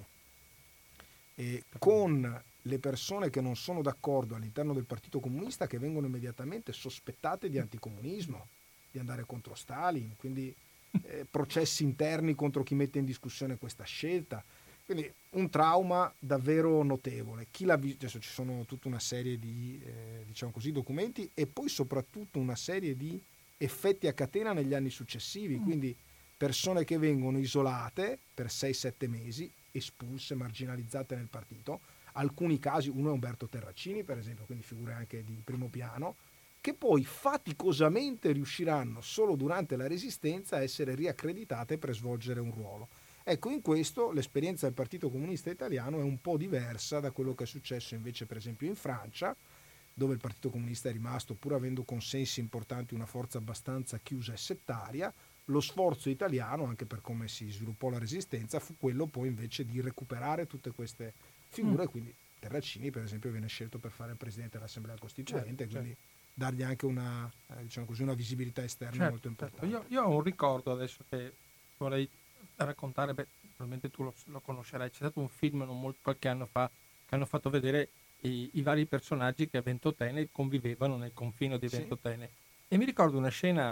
E con le persone che non sono d'accordo all'interno del Partito Comunista, che vengono immediatamente sospettate di anticomunismo, di andare contro Stalin, quindi processi interni contro chi mette in discussione questa scelta. Quindi un trauma davvero notevole. Chi l'ha visto, adesso ci sono tutta una serie di documenti, e poi soprattutto una serie di effetti a catena negli anni successivi, quindi persone che vengono isolate per 6-7 mesi, espulse, marginalizzate nel partito. Alcuni casi, uno è Umberto Terracini per esempio, quindi figure anche di primo piano, che poi faticosamente riusciranno solo durante la Resistenza a essere riaccreditate per svolgere un ruolo. Ecco, in questo l'esperienza del Partito Comunista Italiano è un po' diversa da quello che è successo invece per esempio in Francia, dove il Partito Comunista è rimasto, pur avendo consensi importanti, una forza abbastanza chiusa e settaria. Lo sforzo italiano, anche per come si sviluppò la Resistenza, fu quello poi invece di recuperare tutte queste figure, quindi Terracini per esempio viene scelto per fare il Presidente dell'Assemblea Costituente, quindi dargli anche una visibilità esterna molto importante. Io ho un ricordo adesso che vorrei raccontare, probabilmente tu lo conoscerai, c'è stato un film qualche anno fa che hanno fatto vedere i vari personaggi che a Ventotene convivevano nel confino di Ventotene, e mi ricordo una scena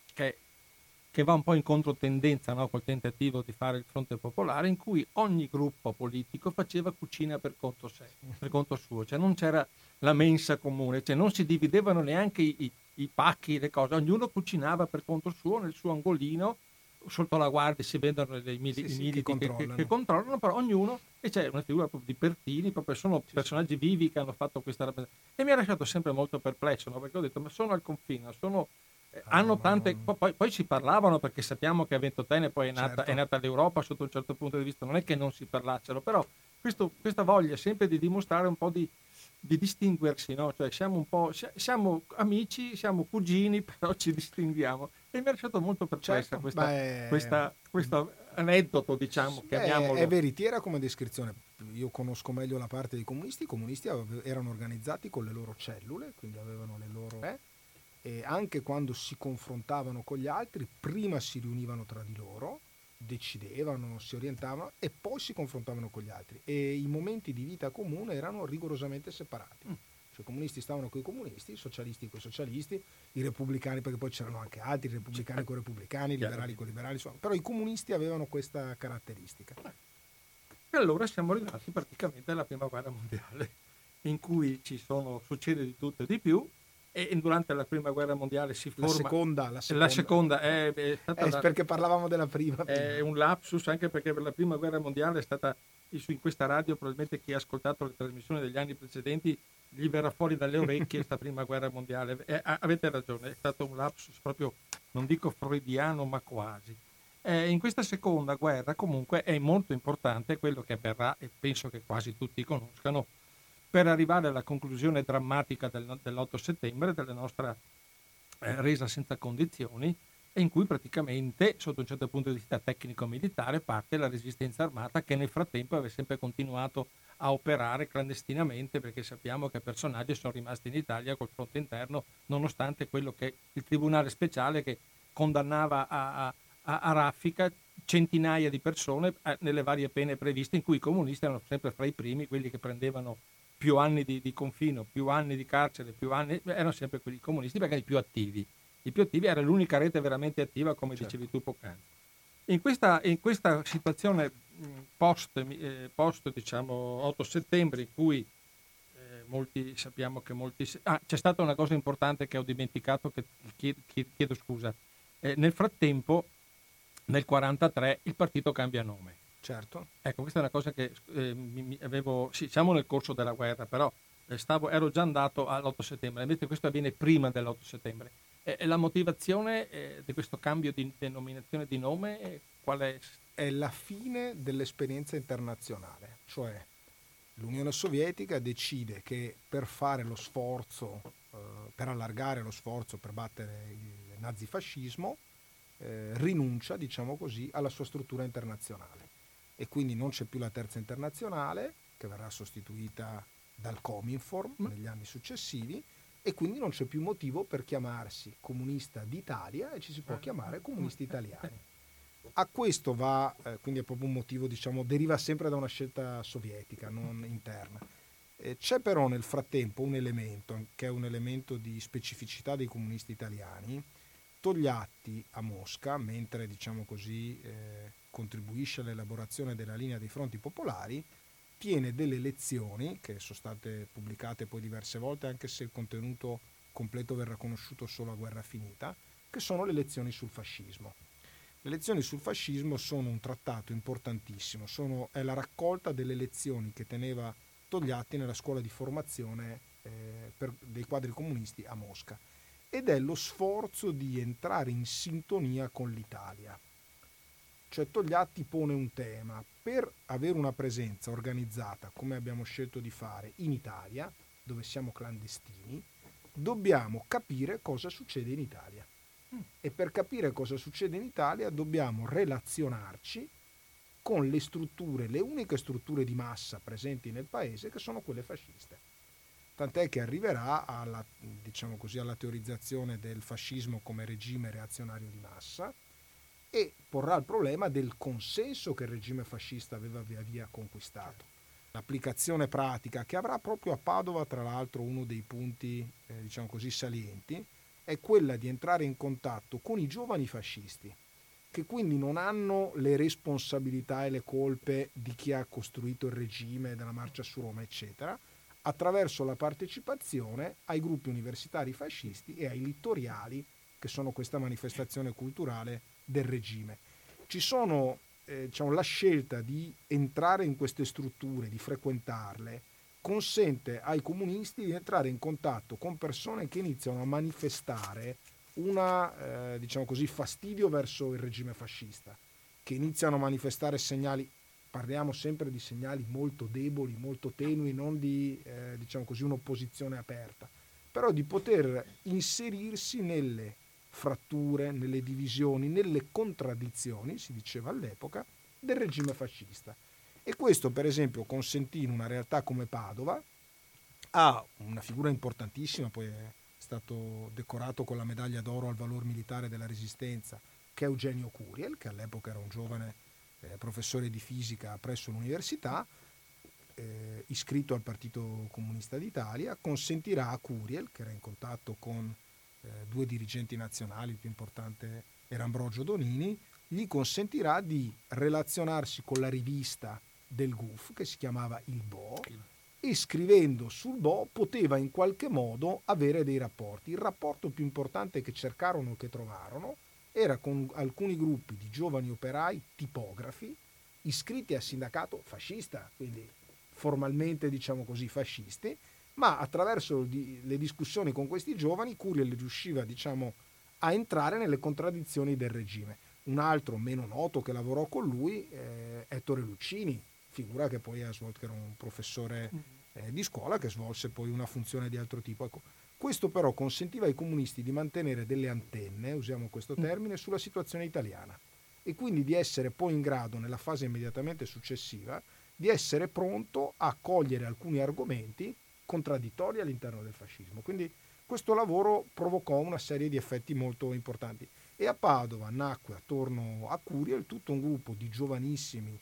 che va un po' in controtendenza, no? Col tentativo di fare il fronte popolare, in cui ogni gruppo politico faceva cucina per conto suo, cioè non c'era la mensa comune, cioè non si dividevano neanche i pacchi, le cose, ognuno cucinava per conto suo nel suo angolino. Sotto la guardia si vedono i militi che controllano, però ognuno, e c'è una figura proprio di Pertini, proprio sono personaggi vivi che hanno fatto questa rappresentazione, e mi ha lasciato sempre molto perplesso, no? Perché ho detto, ma sono al confine, hanno tante, poi si parlavano, perché sappiamo che a Ventotene poi è nata l'Europa sotto un certo punto di vista, non è che non si parlassero, però questa voglia sempre di dimostrare un po' di distinguersi, no? Cioè siamo amici, siamo cugini, però ci distinguiamo, e mi ha lasciato molto perplessa questo aneddoto, chiamiamolo. È veritiera come descrizione. Io conosco meglio la parte dei comunisti. I comunisti erano organizzati con le loro cellule, quindi avevano le loro e anche quando si confrontavano con gli altri, prima si riunivano tra di loro, decidevano, si orientavano e poi si confrontavano con gli altri, e i momenti di vita comune erano rigorosamente separati. Cioè, i comunisti stavano con i comunisti, i socialisti con i socialisti, i repubblicani, perché poi c'erano anche altri, i repubblicani con i repubblicani, i liberali con i liberali, insomma, però i comunisti avevano questa caratteristica. E allora siamo arrivati praticamente alla prima guerra mondiale, in cui succede di tutto e di più. E durante la prima guerra mondiale si forma la seconda è stata perché parlavamo della prima. È un lapsus, anche perché per la prima guerra mondiale è stata, in questa radio probabilmente chi ha ascoltato le trasmissioni degli anni precedenti gli verrà fuori dalle orecchie questa prima guerra mondiale. Avete ragione, è stato un lapsus proprio, non dico freudiano, ma quasi. In questa seconda guerra comunque è molto importante quello che avverrà, e penso che quasi tutti conoscano, per arrivare alla conclusione drammatica dell'8 settembre, della nostra resa senza condizioni, e in cui praticamente, sotto un certo punto di vista tecnico-militare, parte la resistenza armata, che nel frattempo aveva sempre continuato a operare clandestinamente, perché sappiamo che personaggi sono rimasti in Italia col fronte interno, nonostante quello che il Tribunale Speciale, che condannava a raffica centinaia di persone nelle varie pene previste, in cui i comunisti erano sempre fra i primi, quelli che prendevano più anni di confino, più anni di carcere, erano sempre quelli comunisti, perché i più attivi. I più attivi era l'unica rete veramente attiva, come dicevi tu poc'anzi. In questa situazione post 8 settembre, in cui sappiamo che molti... c'è stata una cosa importante che ho dimenticato, che chiedo scusa. Nel frattempo, nel 1943, il partito cambia nome. Certo. Ecco, questa è una cosa che avevo... Sì, siamo nel corso della guerra, però ero già andato all'8 settembre, invece questo avviene prima dell'8 settembre. E la motivazione di questo cambio di denominazione di nome qual è? È la fine dell'esperienza internazionale, cioè l'Unione Sovietica decide che per fare lo sforzo, per allargare lo sforzo per battere il nazifascismo, rinuncia, diciamo così, alla sua struttura internazionale. E quindi non c'è più la terza internazionale, che verrà sostituita dal Cominform negli anni successivi, e quindi non c'è più motivo per chiamarsi Comunista d'Italia e ci si può chiamare Comunisti Italiani. A questo va, quindi è proprio un motivo, diciamo, deriva sempre da una scelta sovietica, non interna. C'è però nel frattempo un elemento, che è un elemento di specificità dei comunisti italiani. Togliatti a Mosca, mentre, diciamo così, contribuisce all'elaborazione della linea dei fronti popolari, tiene delle lezioni, che sono state pubblicate poi diverse volte, anche se il contenuto completo verrà conosciuto solo a guerra finita, che sono le lezioni sul fascismo. Le lezioni sul fascismo sono un trattato importantissimo, è la raccolta delle lezioni che teneva Togliatti nella scuola di formazione dei quadri comunisti a Mosca, ed è lo sforzo di entrare in sintonia con l'Italia. Cioè Togliatti pone un tema: per avere una presenza organizzata, come abbiamo scelto di fare in Italia, dove siamo clandestini, dobbiamo capire cosa succede in Italia. E per capire cosa succede in Italia dobbiamo relazionarci con le strutture, le uniche strutture di massa presenti nel paese, che sono quelle fasciste. Tant'è che arriverà alla, diciamo così, alla teorizzazione del fascismo come regime reazionario di massa, e porrà il problema del consenso che il regime fascista aveva via via conquistato. L'applicazione pratica, che avrà proprio a Padova, tra l'altro, uno dei punti, diciamo così, salienti, è quella di entrare in contatto con i giovani fascisti, che quindi non hanno le responsabilità e le colpe di chi ha costruito il regime della marcia su Roma, eccetera, attraverso la partecipazione ai gruppi universitari fascisti e ai littoriali, che sono questa manifestazione culturale del regime. Ci sono, diciamo, la scelta di entrare in queste strutture, di frequentarle, consente ai comunisti di entrare in contatto con persone che iniziano a manifestare diciamo così, fastidio verso il regime fascista, che iniziano a manifestare segnali, parliamo sempre di segnali molto deboli, molto tenui, non di, diciamo così, un'opposizione aperta, però di poter inserirsi nelle fratture, nelle divisioni, nelle contraddizioni, si diceva all'epoca, del regime fascista. E questo, per esempio, consentì in una realtà come Padova, a una figura importantissima, poi è stato decorato con la medaglia d'oro al valor militare della Resistenza, che è Eugenio Curiel, che all'epoca era un giovane professore di fisica presso l'università, iscritto al Partito Comunista d'Italia. Consentirà a Curiel, che era in contatto con due dirigenti nazionali, il più importante era Ambrogio Donini, gli consentirà di relazionarsi con la rivista del GUF, che si chiamava il Bo, e scrivendo sul Bo poteva in qualche modo avere dei rapporti. Il rapporto più importante che cercarono, che trovarono, era con alcuni gruppi di giovani operai tipografi iscritti al sindacato fascista, quindi formalmente, diciamo così, fascisti, ma attraverso le discussioni con questi giovani Curiel riusciva, diciamo, a entrare nelle contraddizioni del regime. Un altro meno noto che lavorò con lui è Ettore Luccini, figura che poi ha svolto, che era un professore di scuola, che svolse poi una funzione di altro tipo. Ecco, questo però consentiva ai comunisti di mantenere delle antenne, usiamo questo termine, sulla situazione italiana, e quindi di essere poi in grado, nella fase immediatamente successiva, di essere pronto a cogliere alcuni argomenti contraddittori all'interno del fascismo. Quindi questo lavoro provocò una serie di effetti molto importanti. E a Padova nacque attorno a Curiel tutto un gruppo di giovanissimi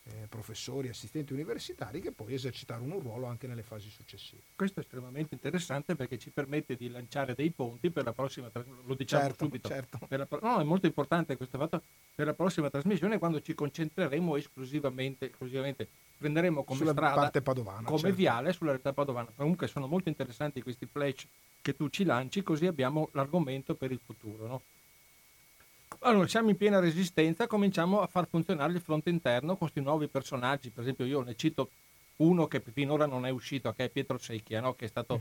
professori, assistenti universitari, che poi esercitarono un ruolo anche nelle fasi successive. Questo è estremamente interessante perché ci permette di lanciare dei ponti per la prossima lo diciamo Certo, subito. certo. No, è molto importante questo fatto per la prossima trasmissione, quando ci concentreremo esclusivamente prenderemo come sulla strada, parte padovana, come certo. viale sulla realtà padovana. Comunque sono molto interessanti questi flash che tu ci lanci, così abbiamo l'argomento per il futuro, no? Allora, siamo in piena resistenza, cominciamo a far funzionare il fronte interno con questi nuovi personaggi. Per esempio, io ne cito uno che finora non è uscito, che è Pietro Secchia, no? Che è stato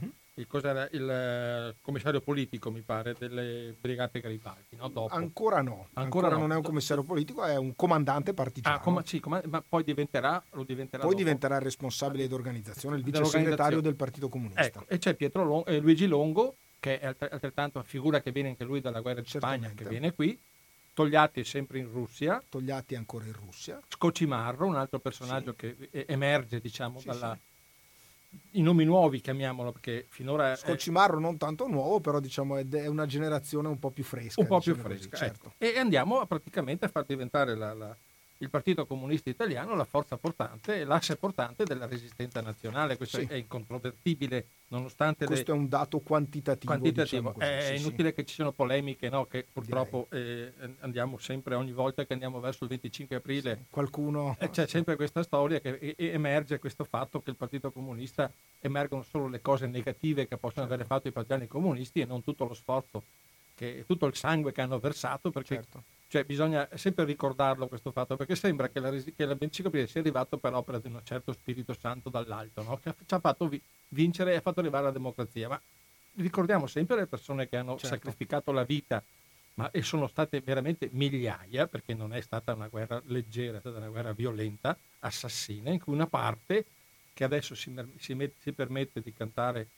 il commissario politico, mi pare, delle Brigate Garibaldi. No? Dopo. Ancora no. Ancora non è un commissario politico, è un comandante partigiano. Ma poi diventerà Poi diventerà il responsabile d'organizzazione, il vice segretario del Partito Comunista. Ecco, e c'è Luigi Longo, che è altrettanto una figura che viene anche lui dalla guerra di Spagna, che viene qui. Togliatti è sempre in Russia. Togliatti è ancora in Russia. Scocimarro, un altro personaggio che emerge, diciamo, i nomi nuovi, chiamiamolo, perché finora Scocimarro non tanto nuovo, però diciamo è una generazione un po' più fresca. Un po' più fresca, così, certo. E andiamo praticamente a far diventare il Partito Comunista Italiano la forza portante, l'asse portante della resistenza nazionale. Questo è incontrovertibile, nonostante questo è un dato quantitativo. Diciamo così. È inutile che ci siano polemiche, no? Che purtroppo andiamo sempre, ogni volta che andiamo verso il 25 aprile, qualcuno c'è sempre questa storia che emerge questo fatto che il Partito Comunista, emergono solo le cose negative che possono avere fatto i partigiani comunisti e non tutto lo sforzo, tutto il sangue che hanno versato, perché cioè bisogna sempre ricordarlo questo fatto, perché sembra che il 25 aprile sia arrivato per opera di un certo Spirito Santo dall'alto, no? Che ci ha fatto vincere e ha fatto arrivare la democrazia, ma ricordiamo sempre le persone che hanno sacrificato la vita, e sono state veramente migliaia, perché non è stata una guerra leggera, è stata una guerra violenta, assassina, in cui una parte che adesso si permette di cantare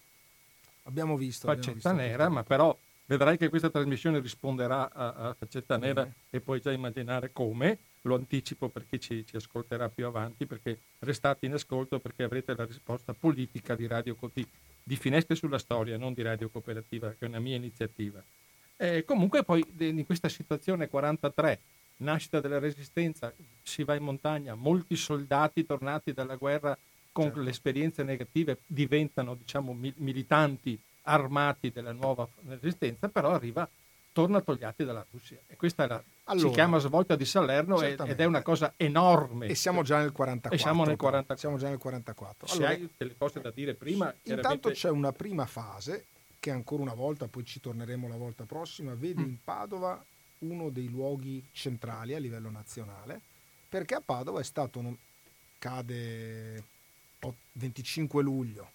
Faccetta Nera, ma però vedrai che questa trasmissione risponderà a Faccetta Nera e puoi già immaginare come. Lo anticipo per chi ci ascolterà più avanti, perché restate in ascolto, perché avrete la risposta politica di Finestre sulla Storia, non di Radio Cooperativa, che è una mia iniziativa. Comunque poi in questa situazione 43, nascita della resistenza, si va in montagna, molti soldati tornati dalla guerra con le esperienze negative diventano, diciamo, militanti armati della nuova resistenza, però torna Togliatti dalla Russia, e questa si chiama svolta di Salerno ed è una cosa enorme. E siamo già nel 44. Siamo già nel 44. Se hai delle cose da dire prima, intanto c'è una prima fase che ancora una volta, poi ci torneremo la volta prossima, vede in Padova uno dei luoghi centrali a livello nazionale, perché a Padova è stato cade 25 luglio,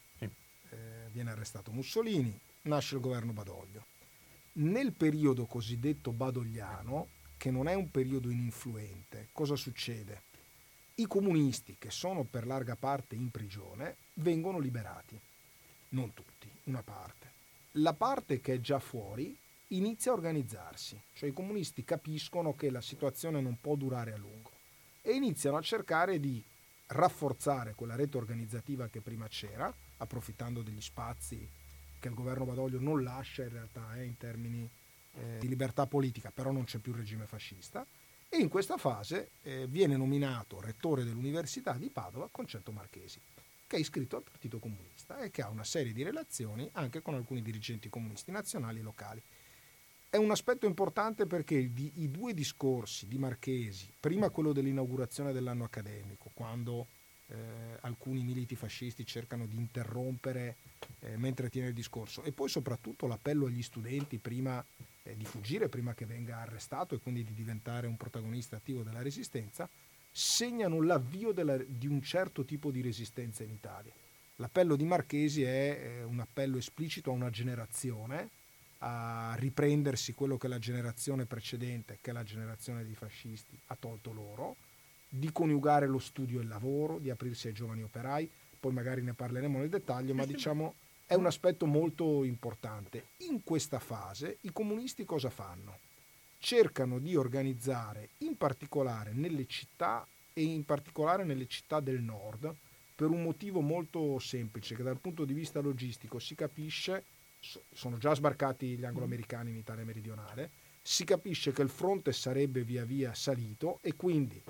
viene arrestato Mussolini, nasce il governo Badoglio. Nel periodo cosiddetto badogliano, che non è un periodo ininfluente, cosa succede? I comunisti, che sono per larga parte in prigione, vengono liberati. Non tutti, una parte. La parte che è già fuori inizia a organizzarsi, cioè i comunisti capiscono che la situazione non può durare a lungo e iniziano a cercare di rafforzare quella rete organizzativa che prima c'era, approfittando degli spazi che il governo Badoglio non lascia in realtà in termini di libertà politica, però non c'è più il regime fascista, e in questa fase viene nominato rettore dell'Università di Padova Concetto Marchesi, che è iscritto al Partito Comunista e che ha una serie di relazioni anche con alcuni dirigenti comunisti nazionali e locali. È un aspetto importante perché i due discorsi di Marchesi, prima quello dell'inaugurazione dell'anno accademico, quando alcuni militi fascisti cercano di interrompere mentre tiene il discorso, e poi soprattutto l'appello agli studenti prima di fuggire, prima che venga arrestato e quindi di diventare un protagonista attivo della resistenza, segnano l'avvio di un certo tipo di resistenza in Italia. L'appello di Marchesi è un appello esplicito a una generazione a riprendersi quello che la generazione precedente, che è la generazione dei fascisti, ha tolto loro, di coniugare lo studio e il lavoro, di aprirsi ai giovani operai. Poi magari ne parleremo nel dettaglio, ma diciamo è un aspetto molto importante. In questa fase i comunisti cosa fanno? Cercano di organizzare in particolare nelle città, e in particolare nelle città del nord, per un motivo molto semplice, che dal punto di vista logistico si capisce, sono già sbarcati gli angloamericani in Italia meridionale, si capisce che il fronte sarebbe via via salito e quindi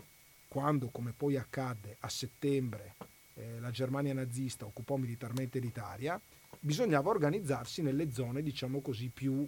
quando, come poi accadde a settembre, la Germania nazista occupò militarmente l'Italia, bisognava organizzarsi nelle zone, diciamo così, più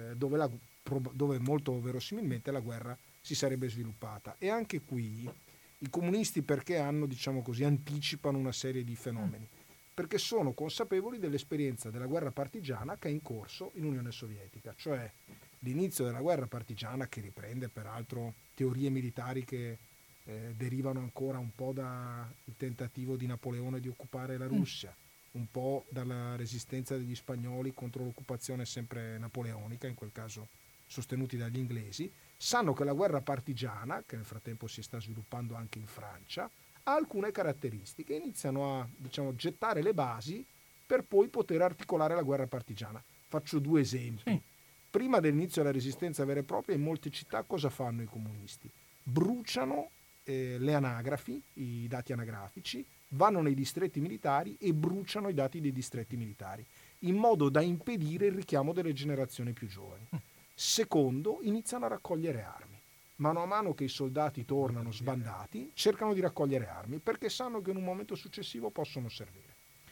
dove molto verosimilmente la guerra si sarebbe sviluppata. E anche qui i comunisti perché hanno, diciamo così, anticipano una serie di fenomeni? Perché sono consapevoli dell'esperienza della guerra partigiana che è in corso in Unione Sovietica, cioè l'inizio della guerra partigiana, che riprende peraltro teorie militari che derivano ancora un po' dal tentativo di Napoleone di occupare la Russia, un po' dalla resistenza degli spagnoli contro l'occupazione sempre napoleonica, in quel caso sostenuti dagli inglesi, sanno che la guerra partigiana, che nel frattempo si sta sviluppando anche in Francia, ha alcune caratteristiche, iniziano a, diciamo, gettare le basi per poi poter articolare la guerra partigiana. Faccio due esempi. Sì. Prima dell'inizio della resistenza vera e propria, in molte città cosa fanno i comunisti? Bruciano le anagrafi, i dati anagrafici, vanno nei distretti militari e bruciano i dati dei distretti militari, in modo da impedire il richiamo delle generazioni più giovani. Secondo, iniziano a raccogliere armi. Mano a mano che i soldati tornano sbandati, cercano di raccogliere armi perché sanno che in un momento successivo possono servire.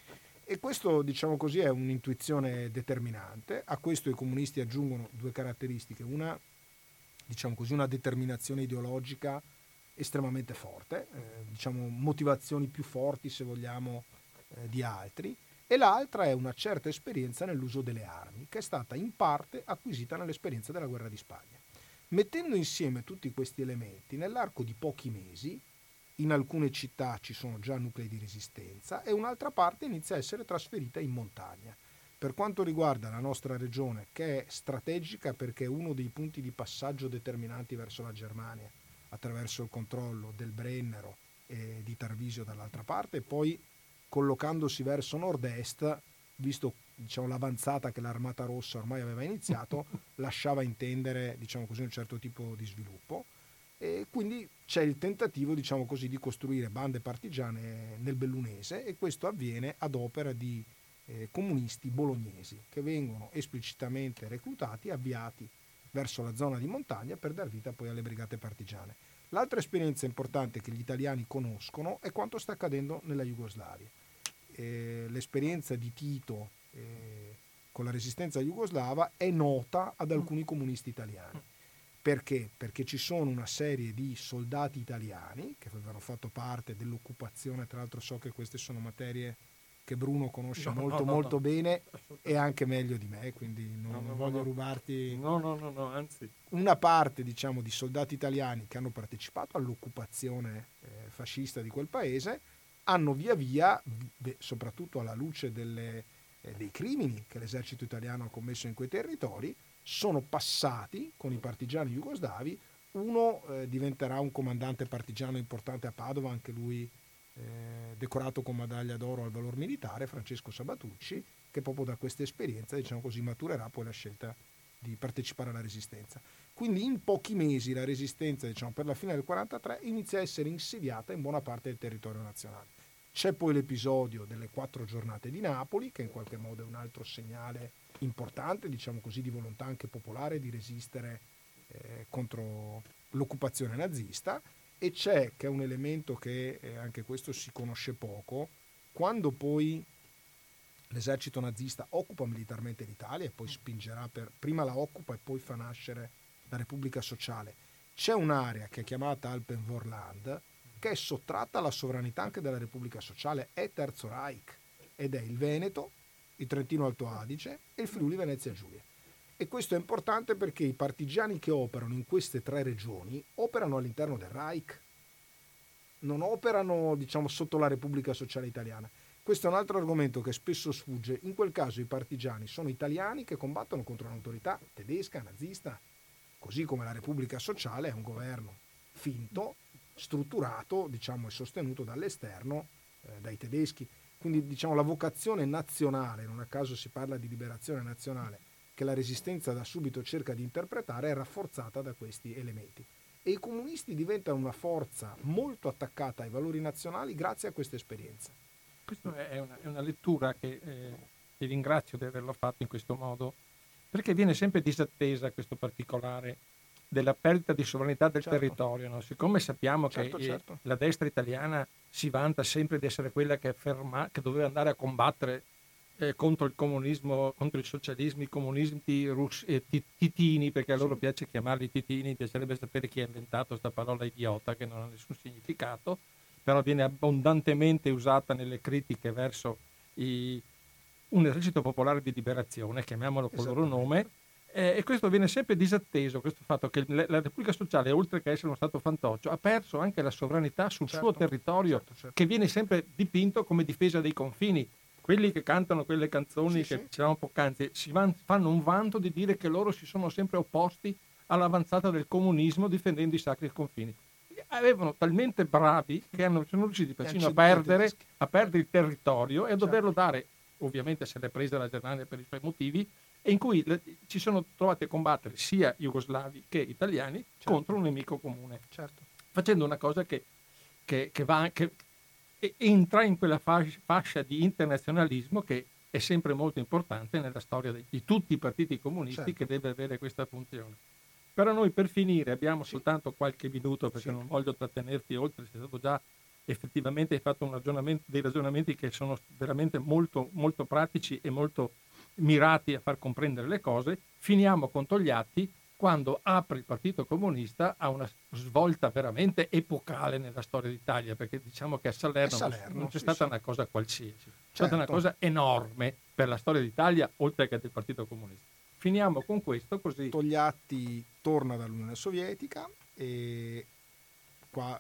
E questo, diciamo così, è un'intuizione determinante. A questo i comunisti aggiungono due caratteristiche: una, diciamo così, una determinazione ideologica estremamente forte, diciamo motivazioni più forti, se vogliamo, di altri, e l'altra è una certa esperienza nell'uso delle armi, che è stata in parte acquisita nell'esperienza della guerra di Spagna. Mettendo insieme tutti questi elementi, nell'arco di pochi mesi, in alcune città ci sono già nuclei di resistenza e un'altra parte inizia a essere trasferita in montagna. Per quanto riguarda la nostra regione, che è strategica perché è uno dei punti di passaggio determinanti verso la Germania, attraverso il controllo del Brennero e di Tarvisio dall'altra parte, e poi collocandosi verso nord-est, visto, diciamo, l'avanzata che l'Armata Rossa ormai aveva iniziato, lasciava intendere, diciamo così, un certo tipo di sviluppo. E quindi c'è il tentativo, diciamo così, di costruire bande partigiane nel Bellunese, e questo avviene ad opera di comunisti bolognesi che vengono esplicitamente reclutati e avviati verso la zona di montagna per dar vita poi alle brigate partigiane. L'altra esperienza importante che gli italiani conoscono è quanto sta accadendo nella Jugoslavia. L'esperienza di Tito con la resistenza jugoslava è nota ad alcuni comunisti italiani. Perché? Perché ci sono una serie di soldati italiani che avevano fatto parte dell'occupazione, tra l'altro so che queste sono materie che Bruno conosce molto bene e anche meglio di me, quindi non voglio rubarti. No, anzi. Una parte, diciamo, di soldati italiani che hanno partecipato all'occupazione fascista di quel paese hanno via via, soprattutto alla luce dei crimini che l'esercito italiano ha commesso in quei territori, sono passati con i partigiani jugoslavi. Uno diventerà un comandante partigiano importante a Padova, anche lui decorato con medaglia d'oro al valor militare, Francesco Sabatucci, che proprio da questa esperienza, diciamo così, maturerà poi la scelta di partecipare alla resistenza. Quindi in pochi mesi la resistenza, diciamo, per la fine del 43 inizia a essere insediata in buona parte del territorio nazionale. C'è poi l'episodio delle 4 giornate di Napoli, che in qualche modo è un altro segnale importante, diciamo così, di volontà anche popolare di resistere contro l'occupazione nazista. E c'è, che è un elemento che anche questo si conosce poco, quando poi l'esercito nazista occupa militarmente l'Italia e poi spingerà prima la occupa e poi fa nascere la Repubblica Sociale, c'è un'area che è chiamata Alpenvorland che è sottratta alla sovranità anche della Repubblica Sociale, è Terzo Reich, ed è il Veneto, il Trentino Alto Adige e il Friuli Venezia Giulia. E questo è importante perché i partigiani che operano in queste 3 regioni operano all'interno del Reich, non operano, diciamo, sotto la Repubblica Sociale Italiana. Questo è un altro argomento che spesso sfugge. In quel caso i partigiani sono italiani che combattono contro un'autorità tedesca, nazista, così come la Repubblica Sociale è un governo finto, strutturato, diciamo, e sostenuto dall'esterno, dai tedeschi. Quindi, diciamo, la vocazione nazionale, non a caso si parla di liberazione nazionale, che la resistenza da subito cerca di interpretare, è rafforzata da questi elementi. E i comunisti diventano una forza molto attaccata ai valori nazionali grazie a questa esperienza. Questa è una lettura che ti ringrazio di averlo fatto in questo modo, perché viene sempre disattesa questo particolare della perdita di sovranità del Certo. territorio, no? Siccome sappiamo Certo, che certo. la destra italiana si vanta sempre di essere quella che doveva andare a combattere contro il comunismo, contro i socialismi, i comunismi titini, perché a loro piace chiamarli titini, piacerebbe sapere chi ha inventato questa parola idiota che non ha nessun significato, però viene abbondantemente usata nelle critiche verso un esercito popolare di liberazione, chiamiamolo col loro nome, e questo viene sempre disatteso, questo fatto che la Repubblica Sociale, oltre che essere uno Stato fantoccio, ha perso anche la sovranità sul suo territorio, che viene sempre dipinto come difesa dei confini. Quelli che cantano quelle canzoni che dicevamo poc'anzi fanno un vanto di dire che loro si sono sempre opposti all'avanzata del comunismo difendendo i sacri confini. Avevano talmente bravi che sono riusciti persino a perdere il territorio e a doverlo dare, ovviamente se l'è presa la Germania per i suoi motivi, e in cui ci sono trovati a combattere sia jugoslavi che italiani contro un nemico comune, facendo una cosa che va anche entra in quella fascia di internazionalismo che è sempre molto importante nella storia di tutti i partiti comunisti, che deve avere questa funzione. Però noi, per finire, abbiamo soltanto qualche minuto, perché non voglio trattenerti oltre, sei stato già effettivamente, hai fatto dei ragionamenti che sono veramente molto, molto pratici e molto mirati a far comprendere le cose. Finiamo con Togliatti, quando apre il Partito Comunista a una svolta veramente epocale nella storia d'Italia, perché diciamo che a Salerno non c'è stata una cosa qualsiasi, è stata una cosa enorme per la storia d'Italia, oltre che del Partito Comunista. Finiamo con questo, così. Togliatti torna dall'Unione Sovietica e qua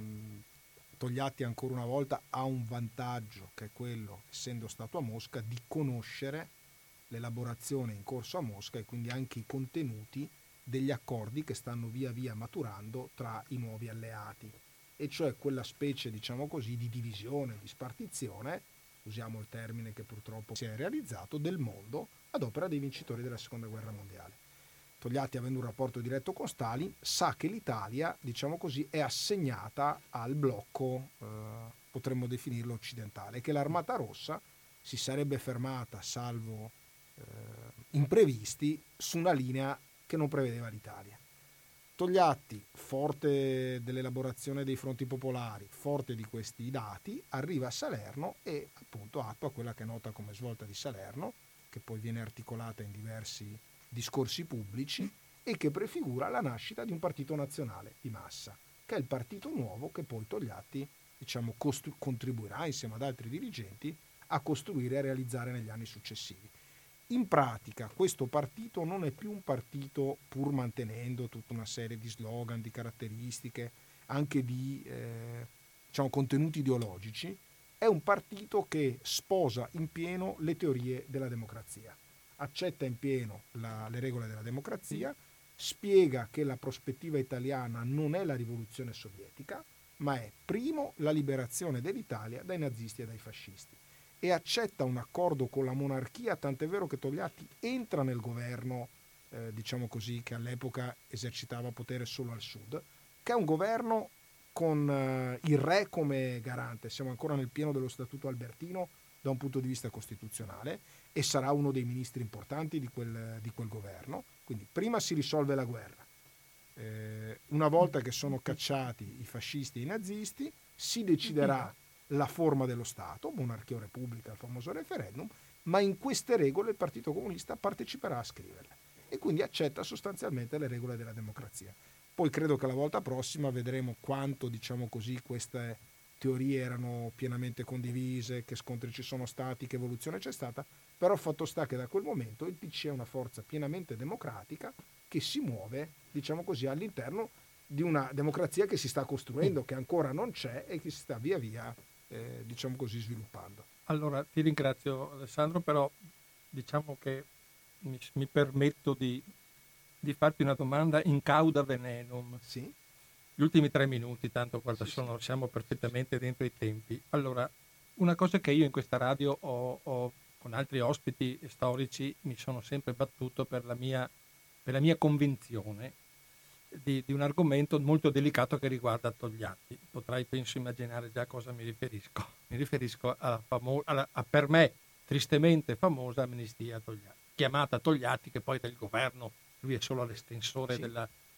Togliatti ancora una volta ha un vantaggio, che è quello, essendo stato a Mosca, di conoscere l'elaborazione in corso a Mosca e quindi anche i contenuti degli accordi che stanno via via maturando tra i nuovi alleati, e cioè quella specie, diciamo così, di divisione, di spartizione, usiamo il termine che purtroppo si è realizzato, del mondo ad opera dei vincitori della Seconda Guerra Mondiale. Togliatti, avendo un rapporto diretto con Stalin, sa che l'Italia, diciamo così, è assegnata al blocco, potremmo definirlo occidentale, che l'Armata Rossa si sarebbe fermata, salvo imprevisti, su una linea che non prevedeva l'Italia. Togliatti, forte dell'elaborazione dei fronti popolari, forte di questi dati, arriva a Salerno e appunto attua quella che è nota come svolta di Salerno, che poi viene articolata in diversi discorsi pubblici e che prefigura la nascita di un partito nazionale di massa, che è il partito nuovo che poi Togliatti, diciamo, contribuirà insieme ad altri dirigenti a costruire e a realizzare negli anni successivi. In pratica questo partito non è più un partito, pur mantenendo tutta una serie di slogan, di caratteristiche, anche di diciamo, contenuti ideologici, è un partito che sposa in pieno le teorie della democrazia, accetta in pieno le regole della democrazia, spiega che la prospettiva italiana non è la rivoluzione sovietica, ma è primo la liberazione dell'Italia dai nazisti e dai fascisti, e accetta un accordo con la monarchia, tant'è vero che Togliatti entra nel governo, diciamo così, che all'epoca esercitava potere solo al sud, che è un governo con il re come garante. Siamo ancora nel pieno dello Statuto Albertino da un punto di vista costituzionale, e sarà uno dei ministri importanti di quel governo. Quindi prima si risolve la guerra, una volta che sono cacciati i fascisti e i nazisti si deciderà la forma dello Stato, monarchia o repubblica, il famoso referendum, ma in queste regole il Partito Comunista parteciperà a scriverle e quindi accetta sostanzialmente le regole della democrazia. Poi credo che la volta prossima vedremo quanto, diciamo così, queste teorie erano pienamente condivise, che scontri ci sono stati, che evoluzione c'è stata, però fatto sta che da quel momento il PC è una forza pienamente democratica che si muove, diciamo così, all'interno di una democrazia che si sta costruendo, che ancora non c'è e che si sta via via diciamo così, sviluppando. Allora ti ringrazio Alessandro, però diciamo che mi permetto di farti una domanda in cauda venenum. Sì. Gli ultimi 3 minuti, tanto guarda, siamo perfettamente dentro i tempi. Allora, una cosa che io in questa radio ho con altri ospiti storici mi sono sempre battuto per la mia convinzione di un argomento molto delicato che riguarda Togliatti. Potrai, penso, immaginare già a cosa mi riferisco. Mi riferisco alla per me tristemente famosa amnistia Togliatti, chiamata Togliatti, che poi del governo lui è solo l'estensore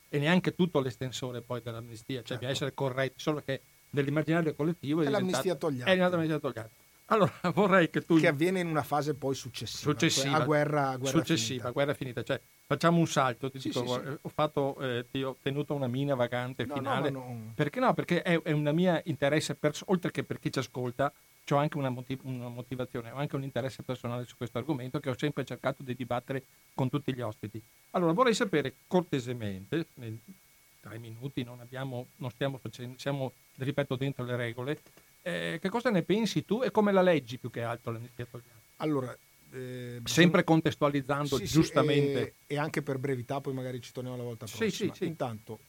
e neanche tutto l'estensore poi dell'amnistia, cioè bisogna essere corretti, solo che nell'immaginario collettivo è l'amnistia Togliatti. È l'amnistia Togliatti. Allora vorrei che tu... Che avviene in una fase poi successiva. Cioè a guerra successiva, guerra finita. Cioè, facciamo un salto, ti dico, sì. Ho tenuto una mina vagante finale. No. Perché no? Perché è una mia interesse, oltre che per chi ci ascolta, c'ho anche una motivazione, ho anche un interesse personale su questo argomento che ho sempre cercato di dibattere con tutti gli ospiti. Allora vorrei sapere cortesemente, nei 3 minuti non stiamo facendo, siamo, ripeto, dentro le regole, che cosa ne pensi tu e come la leggi più che altro l'amnistia Togliatti? Allora, sempre contestualizzando giustamente. E anche per brevità, poi magari ci torniamo la volta prossima. Sì. Intanto,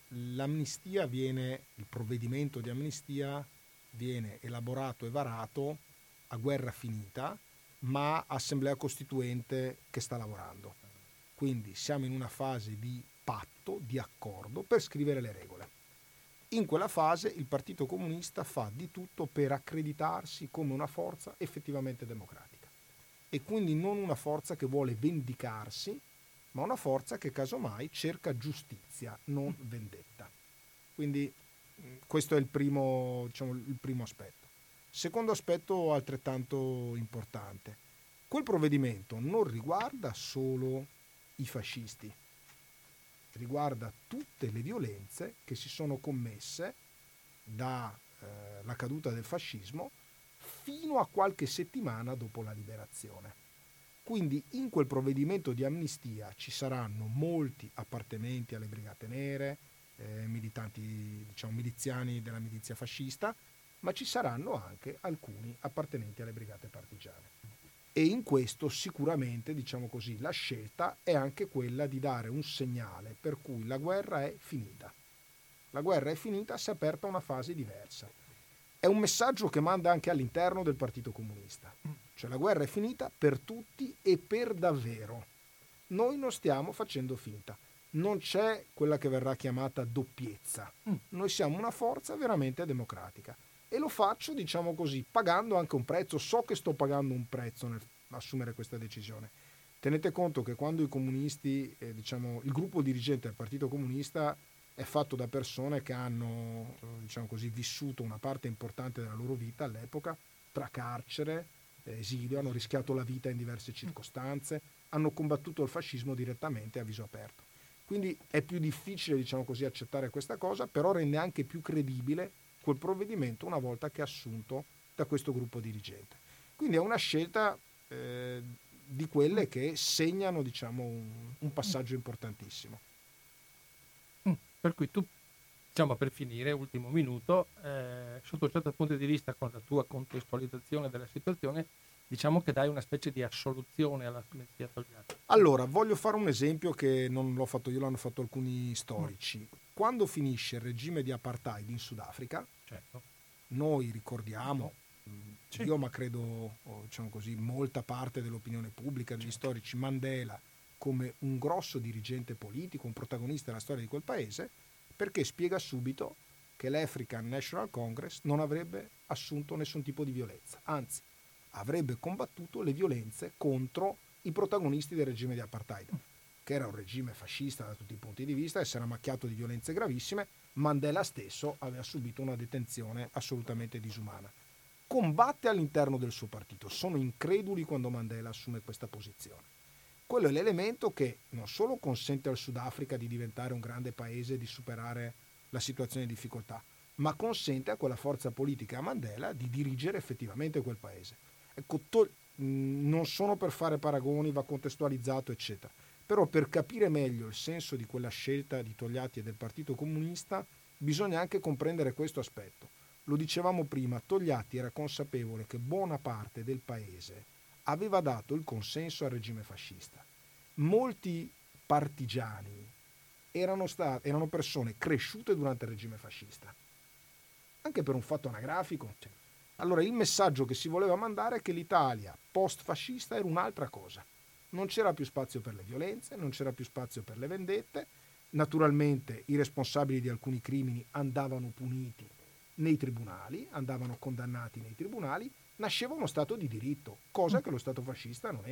il provvedimento di amnistia viene elaborato e varato a guerra finita, ma Assemblea Costituente che sta lavorando. Quindi siamo in una fase di patto, di accordo per scrivere le regole. In quella fase il Partito Comunista fa di tutto per accreditarsi come una forza effettivamente democratica e quindi non una forza che vuole vendicarsi, ma una forza che casomai cerca giustizia, non vendetta. Quindi questo è il primo aspetto. Secondo aspetto altrettanto importante. Quel provvedimento non riguarda solo i fascisti, riguarda tutte le violenze che si sono commesse dalla caduta del fascismo fino a qualche settimana dopo la liberazione. Quindi in quel provvedimento di amnistia ci saranno molti appartenenti alle Brigate Nere, militanti, miliziani della milizia fascista, ma ci saranno anche alcuni appartenenti alle brigate partigiane. E in questo sicuramente, la scelta è anche quella di dare un segnale per cui la guerra è finita. La guerra è finita, si è aperta una fase diversa. È un messaggio che manda anche all'interno del Partito Comunista. Cioè la guerra è finita per tutti e per davvero. Noi non stiamo facendo finta. Non c'è quella che verrà chiamata doppiezza. Noi siamo una forza veramente democratica. E lo faccio, pagando anche un prezzo. So che sto pagando un prezzo nel assumere questa decisione. Tenete conto che quando i comunisti, il gruppo dirigente del Partito Comunista è fatto da persone che hanno, vissuto una parte importante della loro vita all'epoca, tra carcere, esilio, hanno rischiato la vita in diverse circostanze, hanno combattuto il fascismo direttamente a viso aperto. Quindi è più difficile, accettare questa cosa, però rende anche più credibile quel provvedimento una volta che è assunto da questo gruppo dirigente. Quindi è una scelta di quelle che segnano un passaggio importantissimo. Per cui tu, per finire, ultimo minuto, sotto un certo punto di vista, con la tua contestualizzazione della situazione, che dai una specie di assoluzione alla amnistia Togliatti. Allora, voglio fare un esempio che non l'ho fatto io, l'hanno fatto alcuni storici. Quando finisce il regime di apartheid in Sudafrica, certo, noi ricordiamo, io ma credo, molta parte dell'opinione pubblica, degli storici, Mandela come un grosso dirigente politico, un protagonista della storia di quel paese, perché spiega subito che l'African National Congress non avrebbe assunto nessun tipo di violenza, anzi avrebbe combattuto le violenze contro i protagonisti del regime di apartheid, che era un regime fascista da tutti i punti di vista e si era macchiato di violenze gravissime. Mandela stesso aveva subito una detenzione assolutamente disumana. Combatte all'interno del suo partito, sono increduli quando Mandela assume questa posizione. Quello è l'elemento che non solo consente al Sudafrica di diventare un grande paese e di superare la situazione di difficoltà, ma consente a quella forza politica, a Mandela, di dirigere effettivamente quel paese. Ecco, non sono per fare paragoni, va contestualizzato, eccetera. Però per capire meglio il senso di quella scelta di Togliatti e del Partito Comunista bisogna anche comprendere questo aspetto. Lo dicevamo prima, Togliatti era consapevole che buona parte del paese aveva dato il consenso al regime fascista. Molti partigiani erano persone cresciute durante il regime fascista, anche per un fatto anagrafico. Allora il messaggio che si voleva mandare è che l'Italia post-fascista era un'altra cosa. Non c'era più spazio per le violenze, non c'era più spazio per le vendette. Naturalmente i responsabili di alcuni crimini andavano puniti nei tribunali, andavano condannati nei tribunali. Nasceva uno Stato di diritto, cosa che lo Stato fascista non era.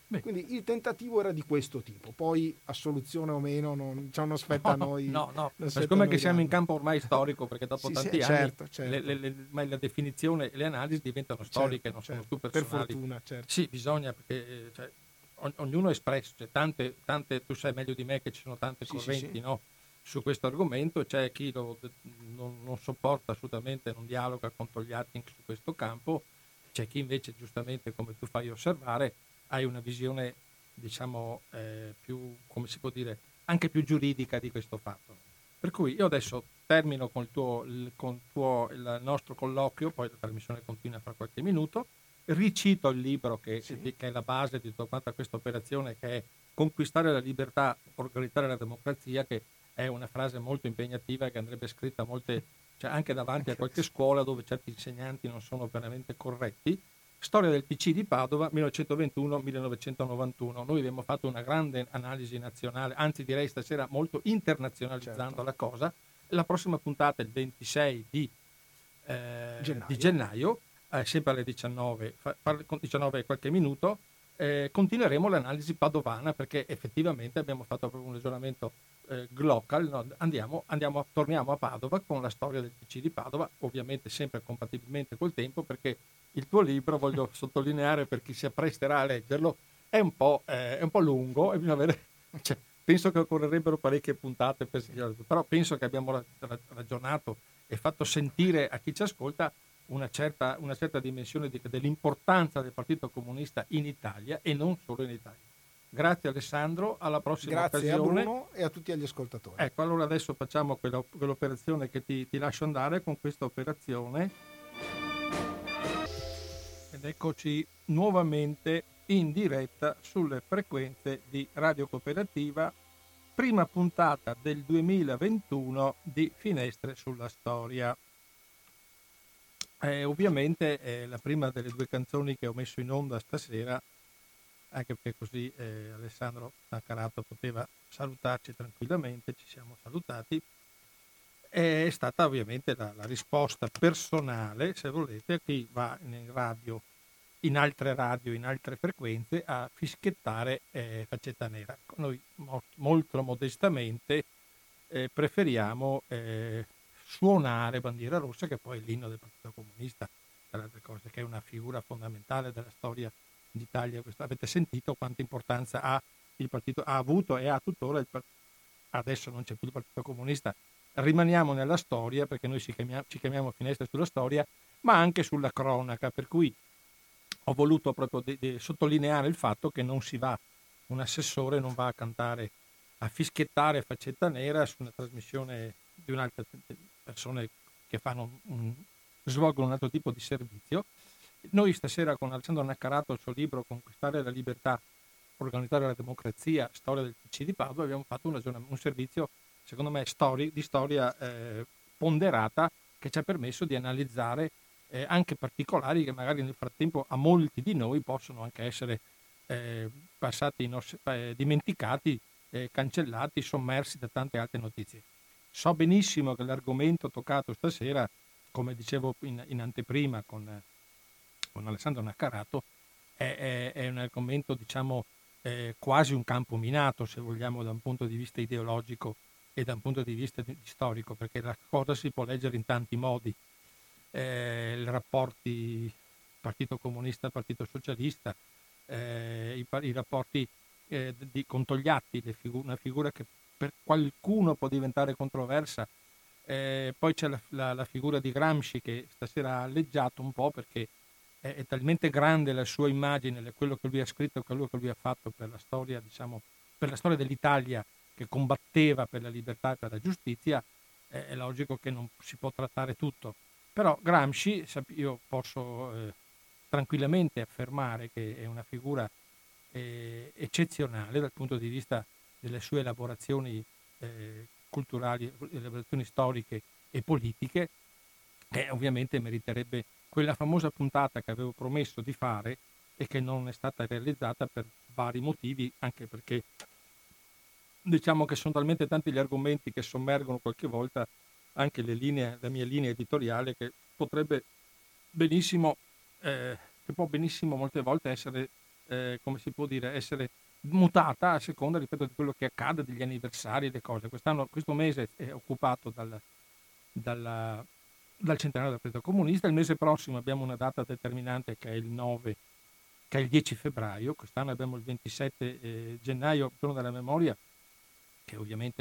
Beh, Quindi il tentativo era di questo tipo, poi assoluzione o meno non aspetta a noi, no, non ma aspetta a siccome che noi siamo in darlo. campo ormai storico, perché dopo Sì, sì, tanti anni certo, certo, ormai la definizione e le analisi diventano storiche, certo, non sono più certo, per personali. fortuna, certo. Sì, bisogna, perché cioè, ognuno è espresso, cioè, tante, tu sai meglio di me che ci sono tante Sì, sì, sì, correnti, no, su questo argomento, c'è chi non sopporta assolutamente, non dialoga con Togliatti su questo campo, c'è chi invece giustamente, come tu fai osservare, hai una visione, diciamo, più, come si può dire, anche più giuridica di questo fatto. Per cui io adesso termino il nostro colloquio, poi la trasmissione continua fra qualche minuto, ricito il libro sì, che è la base di tutta quanta questa operazione, che è Conquistare la libertà, organizzare la democrazia, che è una frase molto impegnativa e che andrebbe scritta cioè anche davanti a qualche scuola dove certi insegnanti non sono veramente corretti. Storia del PC di Padova 1921-1991. Noi abbiamo fatto una grande analisi nazionale, anzi direi stasera molto internazionalizzando certo. la cosa. La prossima puntata è il 26 di Gennaio, gennaio, sempre alle 19, 19 e qualche minuto, continueremo l'analisi padovana, perché effettivamente abbiamo fatto proprio un ragionamento glocal, no? Torniamo a Padova con la storia del PC di Padova, ovviamente sempre compatibilmente col tempo, perché il tuo libro, voglio sottolineare per chi si appresterà a leggerlo, è un po' lungo e bisogna avere, cioè, penso che occorrerebbero parecchie puntate però penso che abbiamo ragionato e fatto sentire a chi ci ascolta una certa dimensione dell'importanza del Partito Comunista in Italia e non solo in Italia. Grazie Alessandro, alla prossima grazie a occasione. Bruno e a tutti gli ascoltatori. Ecco, allora adesso facciamo quell'operazione che ti lascio andare con questa operazione ed eccoci nuovamente in diretta sulle frequenze di Radio Cooperativa, prima puntata del 2021 di Finestre sulla Storia. Ovviamente è la prima delle due canzoni che ho messo in onda stasera, anche perché così Alessandro Tancarato poteva salutarci tranquillamente, ci siamo salutati. È stata ovviamente la risposta personale, se volete, a chi va in radio, in altre radio, in altre frequenze, a fischiettare Faccetta Nera. Noi molto modestamente preferiamo suonare Bandiera Rossa, che poi è l'inno del Partito Comunista, tra le altre cose, che è una figura fondamentale della storia d'Italia. Avete sentito quanta importanza il partito, ha avuto e ha tuttora adesso non c'è più il Partito Comunista. Rimaniamo nella storia, perché noi ci chiamiamo Finestre sulla Storia, ma anche sulla cronaca, per cui ho voluto proprio sottolineare il fatto che non si va, un assessore non va a cantare, a fischiettare Faccetta Nera su una trasmissione di un'altra persone che svolgono un altro tipo di servizio. Noi stasera con Alessandro Naccarato, il suo libro Conquistare la libertà, organizzare la democrazia, storia del PC di Padova, abbiamo fatto un servizio, secondo me, di storia ponderata, che ci ha permesso di analizzare anche particolari che magari nel frattempo a molti di noi possono anche essere passati, dimenticati, cancellati, sommersi da tante altre notizie. So benissimo che l'argomento toccato stasera, come dicevo in anteprima con Alessandro Naccarato, è un argomento, diciamo, quasi un campo minato, se vogliamo, da un punto di vista ideologico e da un punto di vista storico, perché la cosa si può leggere in tanti modi. I rapporti Partito Comunista, Partito Socialista, i rapporti con Togliatti, una figura che per qualcuno può diventare controversa. Poi c'è la figura di Gramsci, che stasera ha alleggiato un po', perché è talmente grande la sua immagine, quello che lui ha scritto, quello che lui ha fatto per la storia, diciamo, per la storia dell'Italia, che combatteva per la libertà e per la giustizia. È logico che non si può trattare tutto. Però Gramsci, io posso tranquillamente affermare che è una figura eccezionale dal punto di vista delle sue elaborazioni culturali, elaborazioni storiche e politiche, che ovviamente meriterebbe quella famosa puntata che avevo promesso di fare e che non è stata realizzata per vari motivi, anche perché diciamo che sono talmente tanti gli argomenti che sommergono qualche volta anche la mia linea editoriale, che potrebbe benissimo, che può benissimo molte volte essere come si può dire, essere mutata a seconda, ripeto, di quello che accade, degli anniversari, le cose. Questo mese è occupato dalla- dal centenario del Partito Comunista. Il mese prossimo abbiamo una data determinante che è il 9, che è il 10 febbraio. Quest'anno abbiamo il 27 gennaio, giorno della memoria, che ovviamente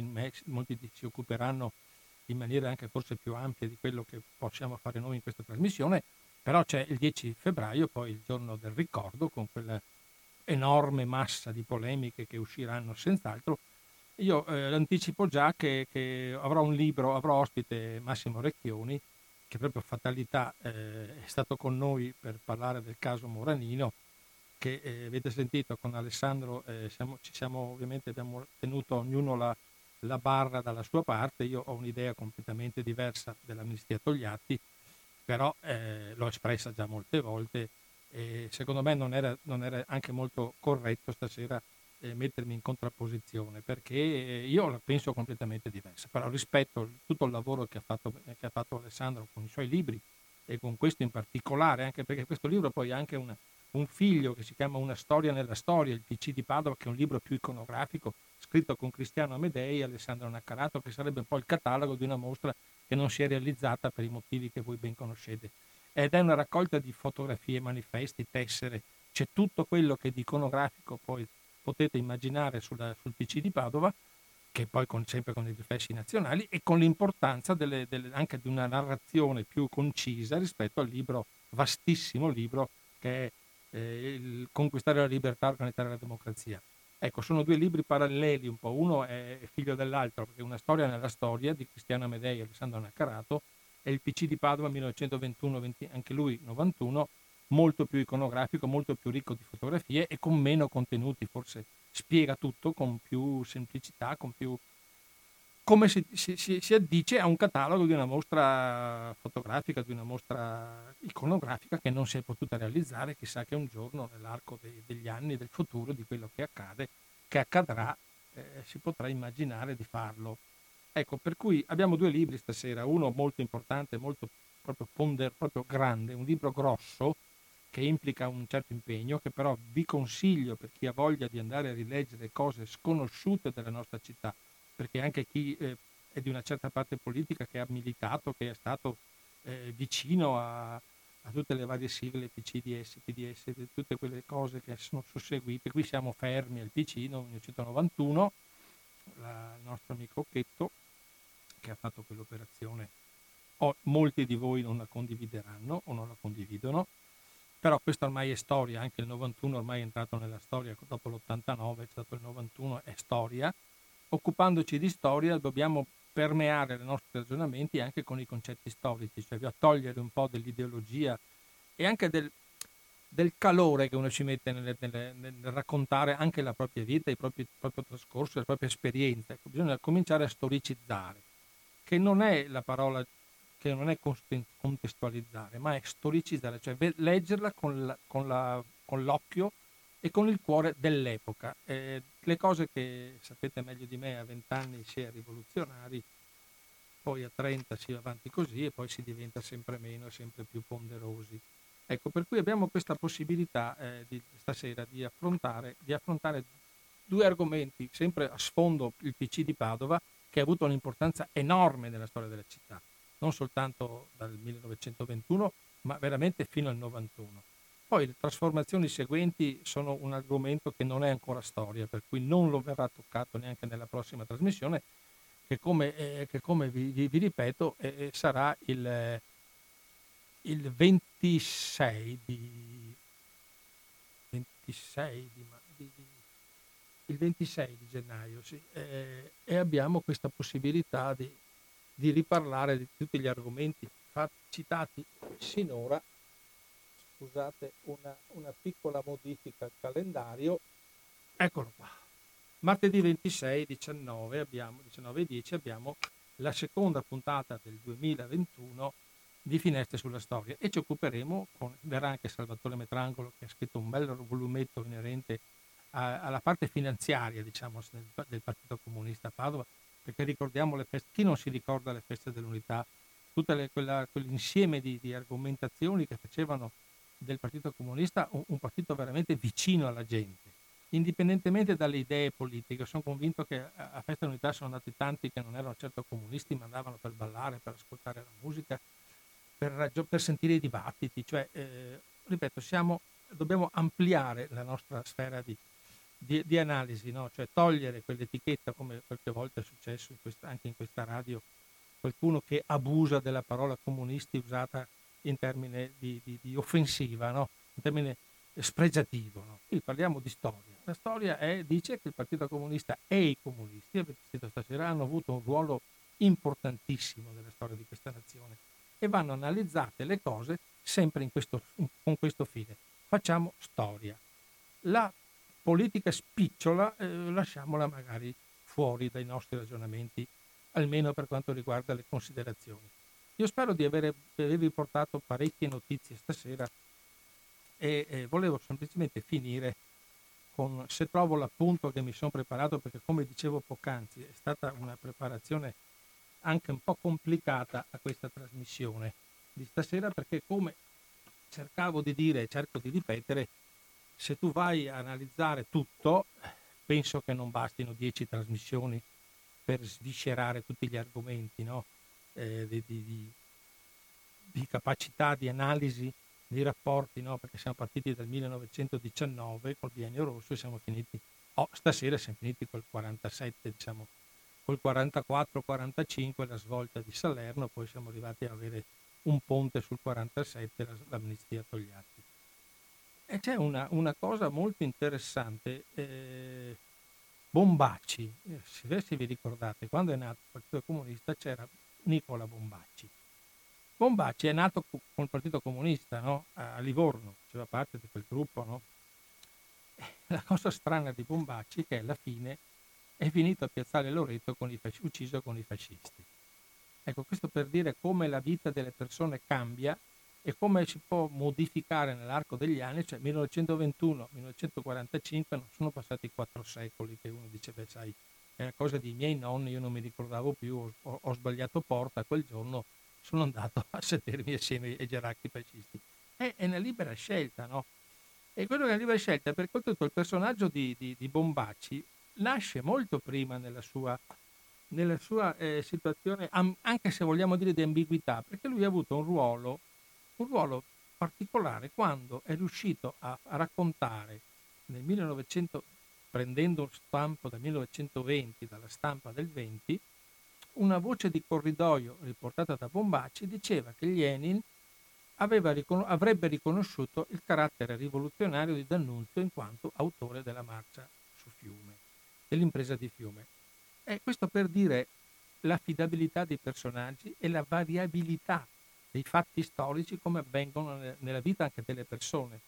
molti si occuperanno in maniera anche forse più ampia di quello che possiamo fare noi in questa trasmissione, però c'è il 10 febbraio, poi il giorno del ricordo, con quella enorme massa di polemiche che usciranno senz'altro. Io anticipo già che avrò un libro, avrò ospite Massimo Recchioni, che proprio fatalità è stato con noi per parlare del caso Moranino, che avete sentito con Alessandro, ovviamente abbiamo tenuto ognuno la barra dalla sua parte. Io ho un'idea completamente diversa dell'amnistia Togliatti, però l'ho espressa già molte volte e secondo me non era anche molto corretto stasera mettermi in contrapposizione, perché io la penso completamente diversa, però rispetto tutto il lavoro che ha fatto Alessandro con i suoi libri e con questo in particolare, anche perché questo libro poi ha anche un figlio che si chiama Una storia nella storia, il PC di Padova, che è un libro più iconografico, scritto con Cristiano Amedei e Alessandro Naccarato, che sarebbe un po' il catalogo di una mostra che non si è realizzata per i motivi che voi ben conoscete. Ed è una raccolta di fotografie, manifesti, tessere, c'è tutto quello che di iconografico poi potete immaginare sul PC di Padova, che poi sempre con i riflessi nazionali e con l'importanza anche di una narrazione più concisa rispetto al libro, vastissimo libro, che è il Conquistare la libertà, organizzare la democrazia. Ecco, sono due libri paralleli un po', uno è figlio dell'altro, perché Una storia nella storia di Cristiano Amedei e Alessandro Naccarato, e il PC di Padova 1921, anche lui 91, molto più iconografico, molto più ricco di fotografie e con meno contenuti, forse spiega tutto con più semplicità, con più come si addice a un catalogo di una mostra fotografica, di una mostra iconografica che non si è potuta realizzare. Chissà che un giorno, nell'arco degli anni del futuro, di quello che accade, che accadrà, si potrà immaginare di farlo. Ecco, per cui abbiamo due libri stasera, uno molto importante, molto proprio grande, un libro grosso che implica un certo impegno, che però vi consiglio per chi ha voglia di andare a rileggere cose sconosciute della nostra città, perché anche chi è di una certa parte politica, che ha militato, che è stato vicino a tutte le varie sigle PCDS, PDS, tutte quelle cose che sono susseguite. Qui siamo fermi al PC 1991, il nostro amico Occhetto, che ha fatto quell'operazione. Molti di voi non la condivideranno o non la condividono, però questa ormai è storia, anche il 91 ormai è entrato nella storia, dopo l'89 è stato il 91, è storia. Occupandoci di storia dobbiamo permeare i nostri ragionamenti anche con i concetti storici, cioè a togliere un po' dell'ideologia e anche del calore che uno ci mette nel raccontare anche la propria vita, il proprio trascorso, le proprie esperienze. Ecco, bisogna cominciare a storicizzare, che non è la parola, che non è contestualizzare, ma è storicizzare, cioè leggerla con l'occhio e con il cuore dell'epoca. Le cose che sapete meglio di me, a 20 anni si è rivoluzionari, poi a 30 si va avanti così e poi si diventa sempre meno, sempre più ponderosi. Ecco, per cui abbiamo questa possibilità stasera di affrontare due argomenti, sempre a sfondo il PC di Padova, che ha avuto un'importanza enorme nella storia della città, non soltanto dal 1921, ma veramente fino al 91. Poi le trasformazioni seguenti sono un argomento che non è ancora storia, per cui non lo verrà toccato neanche nella prossima trasmissione, che come vi ripeto sarà il 26 il 26 di gennaio, sì, e abbiamo questa possibilità di riparlare di tutti gli argomenti citati sinora. Scusate una piccola modifica al calendario. Eccolo qua. Martedì 26, 19:10 abbiamo la seconda puntata del 2021 di Finestre sulla Storia e ci occuperemo verrà anche Salvatore Metrangolo, che ha scritto un bel volumetto inerente alla parte finanziaria, diciamo, del Partito Comunista a Padova, perché ricordiamo le feste, chi non si ricorda le feste dell'unità, quell'insieme di argomentazioni che facevano del Partito Comunista un partito veramente vicino alla gente, indipendentemente dalle idee politiche. Sono convinto che a Festa Unità sono andati tanti che non erano certo comunisti, ma andavano per ballare, per ascoltare la musica, per sentire i dibattiti. Cioè, ripeto, dobbiamo ampliare la nostra sfera di analisi, no? Cioè togliere quell'etichetta, come qualche volta è successo anche in questa radio, qualcuno che abusa della parola comunisti usata in termine di offensiva, no? In termine spregiativo. No? Qui parliamo di storia. La storia dice che il Partito Comunista e i comunisti, avete sentito stasera, hanno avuto un ruolo importantissimo nella storia di questa nazione e vanno analizzate le cose sempre con questo fine. Facciamo storia. La politica spicciola lasciamola magari fuori dai nostri ragionamenti, almeno per quanto riguarda le considerazioni. Io spero di avervi portato parecchie notizie stasera e volevo semplicemente finire con, se trovo l'appunto che mi sono preparato, perché come dicevo poc'anzi è stata una preparazione anche un po' complicata a questa trasmissione di stasera, perché come cercavo di dire e cerco di ripetere, se tu vai a analizzare tutto, penso che non bastino 10 trasmissioni per sviscerare tutti gli argomenti, no? Di capacità di analisi di rapporti, no? Perché siamo partiti dal 1919 col biennio rosso e siamo finiti, stasera siamo finiti col 47, diciamo, col 44-45 la svolta di Salerno, poi siamo arrivati a avere un ponte sul 47, l'amnistia Togliatti. E c'è una cosa molto interessante, Bombacci, se vi ricordate, quando è nato il Partito Comunista c'era Nicola Bombacci. Bombacci è nato con il Partito Comunista, no? A Livorno, faceva parte di quel gruppo, no? La cosa strana di Bombacci è che alla fine è finito a Piazzale Loreto ucciso con i fascisti. Ecco, questo per dire come la vita delle persone cambia e come si può modificare nell'arco degli anni, cioè 1921-1945 non sono passati 4 secoli che uno dice, beh sai, è una cosa dei miei nonni, io non mi ricordavo più, ho sbagliato porta, quel giorno sono andato a sedermi assieme ai gerarchi fascisti. È una libera scelta, no? E quello che è una libera scelta, perché oltretutto il personaggio di Bombacci nasce molto prima nella sua situazione, anche se vogliamo dire di ambiguità, perché lui ha avuto un ruolo particolare quando è riuscito a raccontare nel 1900, prendendo uno stampo dal 1920, dalla stampa del 20, una voce di corridoio riportata da Bombacci diceva che Lenin avrebbe riconosciuto il carattere rivoluzionario di D'Annunzio in quanto autore della marcia su Fiume, dell'impresa di Fiume. E questo per dire l'affidabilità dei personaggi e la variabilità dei fatti storici come avvengono nella vita anche delle persone.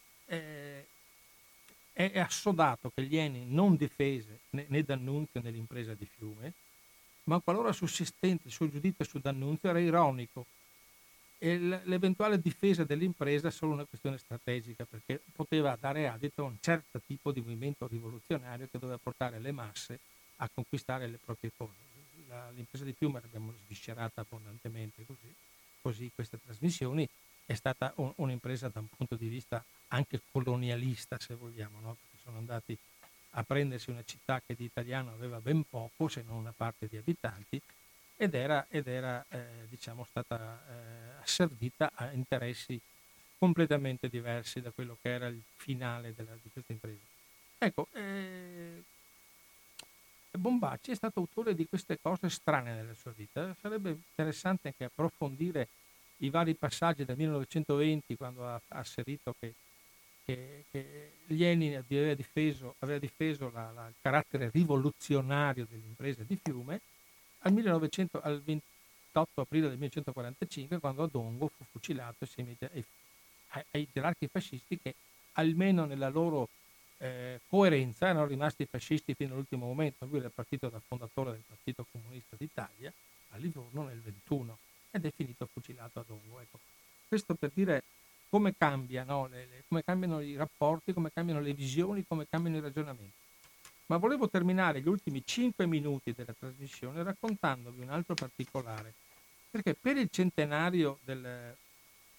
È assodato che Lenin non difese né D'Annunzio né l'impresa di Fiume, ma qualora sussistente il suo giudizio su D'Annunzio era ironico e l'eventuale difesa dell'impresa è solo una questione strategica, perché poteva dare adito a un certo tipo di movimento rivoluzionario che doveva portare le masse a conquistare le proprie cose. L'impresa di Fiume l'abbiamo sviscerata abbondantemente così queste trasmissioni, è stata un'impresa da un punto di vista anche colonialista, se vogliamo, no? Perché sono andati a prendersi una città che di italiano aveva ben poco, se non una parte di abitanti, ed era diciamo stata asservita a interessi completamente diversi da quello che era il finale di questa impresa. Ecco, Bombacci è stato autore di queste cose strane nella sua vita. Sarebbe interessante anche approfondire i vari passaggi del 1920, quando ha asserito che Lenin aveva difeso il carattere rivoluzionario dell'impresa di Fiume, al 28 aprile del 1945, quando a Dongo fu fucilato assieme ai gerarchi fascisti che, almeno nella loro coerenza, erano rimasti fascisti fino all'ultimo momento. Lui era partito da fondatore del Partito Comunista d'Italia a Livorno nel 21 ed è finito fucilato a Dongo. Ecco, questo per dire come cambiano, come cambiano i rapporti, come cambiano le visioni, come cambiano i ragionamenti. Ma volevo terminare gli ultimi 5 minuti della trasmissione raccontandovi un altro particolare, perché per il centenario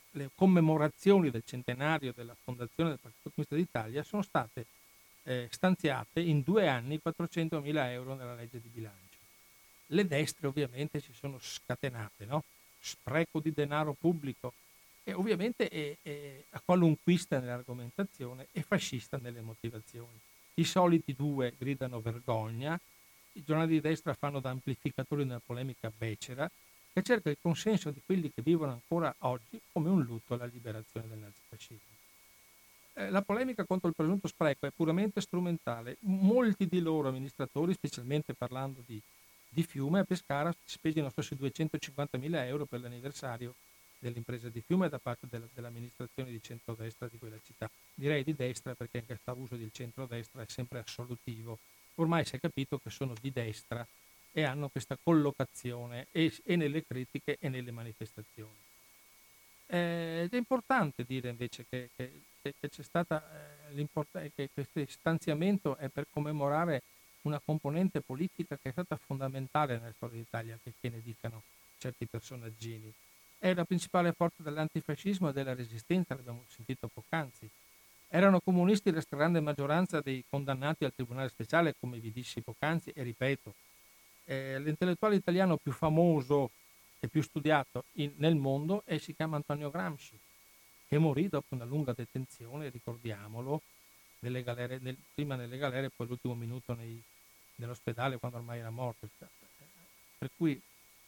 le commemorazioni del centenario della fondazione del Partito Comunista d'Italia sono state stanziate in 2 anni 400.000 euro nella legge di bilancio. Le destre ovviamente si sono scatenate, no? Spreco di denaro pubblico, e ovviamente è qualunquista nell'argomentazione e fascista nelle motivazioni. I soliti due gridano vergogna, i giornali di destra fanno da amplificatori di una polemica becera che cerca il consenso di quelli che vivono ancora oggi come un lutto alla liberazione del nazifascismo. La polemica contro il presunto spreco è puramente strumentale. Molti di loro amministratori, specialmente parlando di Fiume, a Pescara spesi non so se 250.000 euro per l'anniversario dell'impresa di Fiume da parte dell'amministrazione di centrodestra di quella città. Direi di destra perché in questo uso del centrodestra è sempre assolutivo. Ormai si è capito che sono di destra e hanno questa collocazione e nelle critiche e nelle manifestazioni. Ed è importante dire invece che c'è stata che questo stanziamento è per commemorare una componente politica che è stata fondamentale nella storia d'Italia, che ne dicano certi personaggini. È la principale forza dell'antifascismo e della resistenza, l'abbiamo sentito poc'anzi. Erano comunisti la stragrande maggioranza dei condannati al Tribunale Speciale, come vi dissi poc'anzi, e ripeto, l'intellettuale italiano più famoso e più studiato nel mondo si chiama Antonio Gramsci, che morì dopo una lunga detenzione, ricordiamolo, prima nelle galere e poi l'ultimo minuto nell'ospedale quando ormai era morto. Per cui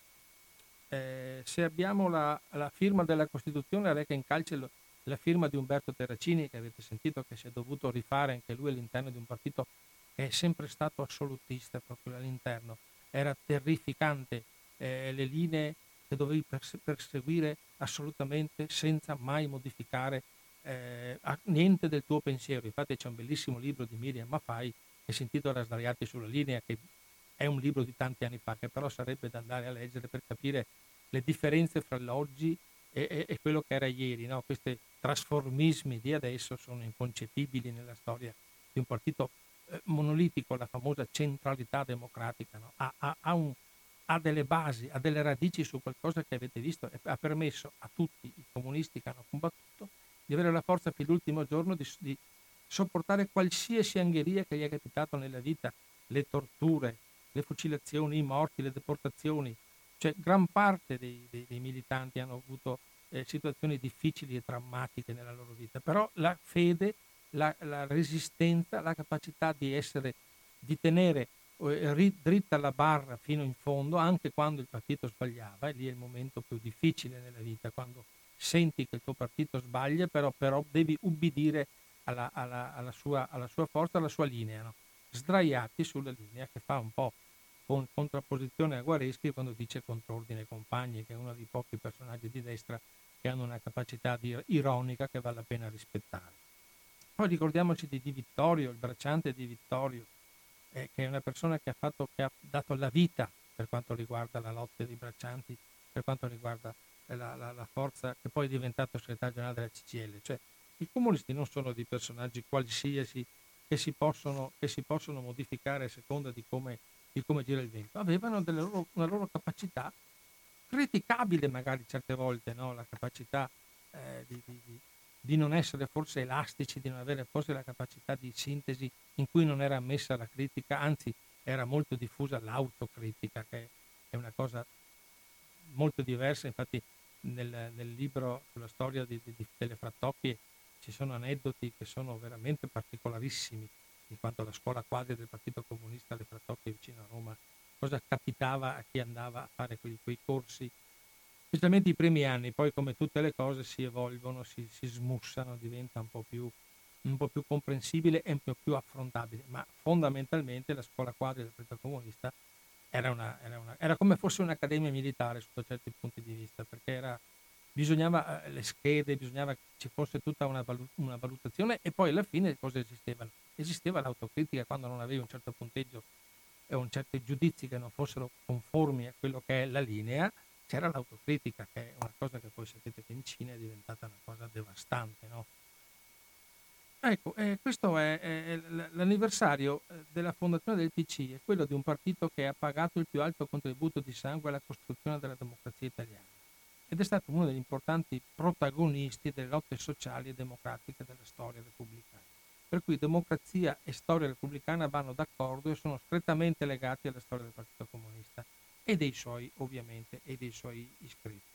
se abbiamo la firma della Costituzione reca in calce la firma di Umberto Terracini, che avete sentito che si è dovuto rifare anche lui all'interno di un partito che è sempre stato assolutista proprio all'interno. Era terrificante le linee che dovevi perseguire assolutamente senza mai modificare niente del tuo pensiero. Infatti c'è un bellissimo libro di Miriam Maffei che si intitola Sdraiati sulla linea, che è un libro di tanti anni fa, che però sarebbe da andare a leggere per capire le differenze fra l'oggi e quello che era ieri, no? Questi trasformismi di adesso sono inconcepibili nella storia di un partito monolitico. La famosa centralità democratica, no? Ha delle basi, ha delle radici su qualcosa che avete visto e ha permesso a tutti i comunisti che hanno combattuto di avere la forza fino all'ultimo giorno di sopportare qualsiasi angheria che gli è capitato nella vita, le torture, le fucilazioni, i morti, le deportazioni. Cioè gran parte dei militanti hanno avuto situazioni difficili e drammatiche nella loro vita, però la fede, la resistenza, la capacità di tenere dritta la barra fino in fondo, anche quando il partito sbagliava, e lì è il momento più difficile nella vita, quando senti che il tuo partito sbaglia, però devi ubbidire alla sua forza, alla sua linea, no? Sdraiati sulla linea, che fa un po' con contrapposizione a Guareschi quando dice contrordine ai compagni, che è uno dei pochi personaggi di destra che hanno una capacità ironica che vale la pena rispettare. Poi ricordiamoci di Di Vittorio, il bracciante Di Vittorio, che è una persona che ha dato la vita per quanto riguarda la lotta dei braccianti, per quanto riguarda la forza, che poi è diventato segretario generale della CGIL. Cioè, i comunisti non sono dei personaggi qualsiasi che si possono modificare a seconda di come gira il vento. Avevano una loro capacità, criticabile magari certe volte, no? La capacità di non essere forse elastici, di non avere forse la capacità di sintesi in cui non era ammessa la critica, anzi era molto diffusa l'autocritica, che è una cosa molto diversa. Infatti nel libro sulla storia delle Frattocchie ci sono aneddoti che sono veramente particolarissimi, in quanto la scuola quadri del Partito Comunista alle Frattocchie vicino a Roma, cosa capitava a chi andava a fare quei corsi, specialmente i primi anni. Poi, come tutte le cose, si evolvono, si smussano, diventa un po' più comprensibile e un po' più affrontabile, ma fondamentalmente la scuola quadri del Partito Comunista era come fosse un'accademia militare sotto certi punti di vista, perché bisognava le schede, bisognava che ci fosse tutta una valutazione, e poi alla fine cosa esistevano? Esisteva l'autocritica quando non avevi un certo punteggio e un certi giudizi che non fossero conformi a quello che è la linea. C'era l'autocritica, che è una cosa che poi sapete che in Cina è diventata una cosa devastante, no? Ecco, questo è l'anniversario della fondazione del PC, è quello di un partito che ha pagato il più alto contributo di sangue alla costruzione della democrazia italiana. ed è stato uno degli importanti protagonisti delle lotte sociali e democratiche della storia repubblicana. Per cui democrazia e storia repubblicana vanno d'accordo e sono strettamente legati alla storia del Partito Comunista e dei suoi, ovviamente, e dei suoi iscritti.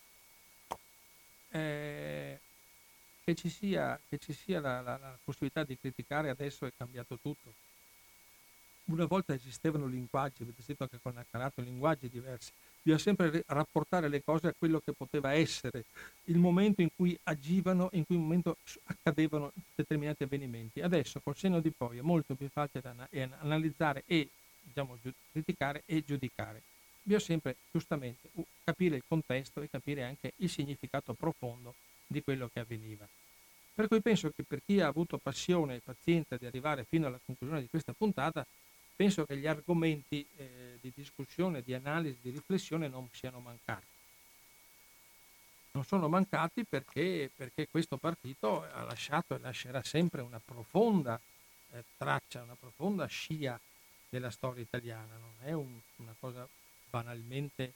Che ci sia la possibilità di criticare adesso è cambiato tutto. Una volta esistevano linguaggi, avete sentito anche con Naccarato, linguaggi diversi. Bisogna sempre rapportare le cose a quello che poteva essere il momento in cui agivano, in cui momento accadevano determinati avvenimenti. Adesso, col senno di poi, è molto più facile analizzare e, diciamo, criticare e giudicare. Bisogna sempre, giustamente, capire il contesto e capire anche il significato profondo di quello che avveniva. Per cui penso che per chi ha avuto passione e pazienza di arrivare fino alla conclusione di questa puntata, penso che gli argomenti di discussione, di analisi, di riflessione non siano mancati. Non sono mancati perché questo partito ha lasciato e lascerà sempre una profonda traccia, una profonda scia della storia italiana. Non è una cosa banalmente,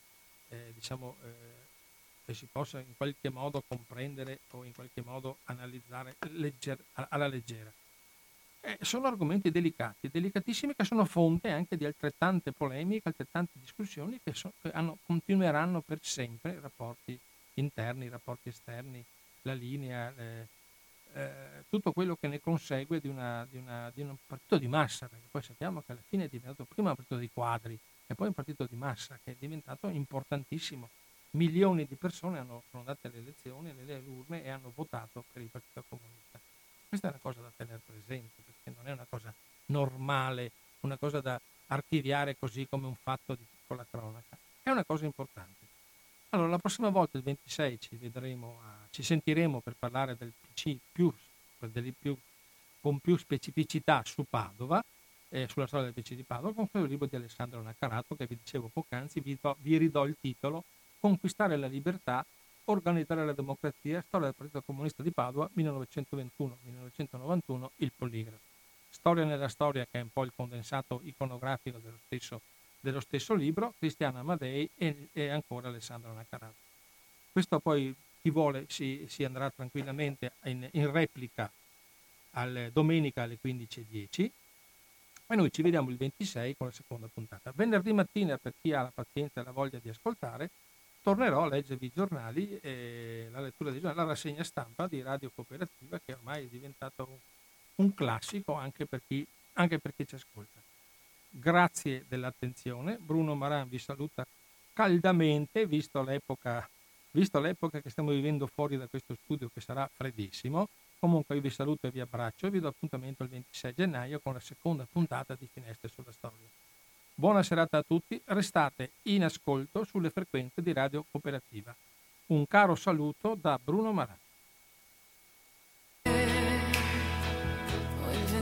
che si possa in qualche modo comprendere o in qualche modo analizzare alla leggera. Sono argomenti delicati, delicatissimi, che sono fonte anche di altrettante polemiche, altrettante discussioni che continueranno per sempre, i rapporti interni, i rapporti esterni, la linea, tutto quello che ne consegue di un partito di massa, perché poi sappiamo che alla fine è diventato prima un partito di quadri e poi un partito di massa che è diventato importantissimo. Milioni di persone sono andate alle elezioni, alle urne e hanno votato per il Partito Comunista. Questa è una cosa da tenere presente, perché non è una cosa normale, una cosa da archiviare così come un fatto di piccola cronaca. È una cosa importante. Allora, la prossima volta, il 26, ci sentiremo per parlare del PC con più specificità su Padova, sulla storia del PC di Padova, con questo libro di Alessandro Naccarato, che vi dicevo poc'anzi, vi ridò il titolo: Conquistare la libertà, organizzare la democrazia, storia del Partito Comunista di Padova, 1921-1991, il Poligrafo. Storia nella storia, che è un po' il condensato iconografico dello stesso libro, Cristiano Amadei e ancora Alessandro Naccarato. Questo poi, chi vuole, si andrà tranquillamente in replica domenica alle 15:10 e noi ci vediamo il 26 con la seconda puntata. Venerdì mattina, per chi ha la pazienza e la voglia di ascoltare, tornerò a leggervi i giornali, la lettura dei giornali, la rassegna stampa di Radio Cooperativa, che ormai è diventato un classico anche per chi ci ascolta. Grazie dell'attenzione. Bruno Maran vi saluta caldamente, visto l'epoca che stiamo vivendo fuori da questo studio, che sarà freddissimo. Comunque io vi saluto e vi abbraccio e vi do appuntamento il 26 gennaio con la seconda puntata di Finestre sulla Storia. Buona serata a tutti, restate in ascolto sulle frequenze di Radio Cooperativa. Un caro saluto da Bruno Maran.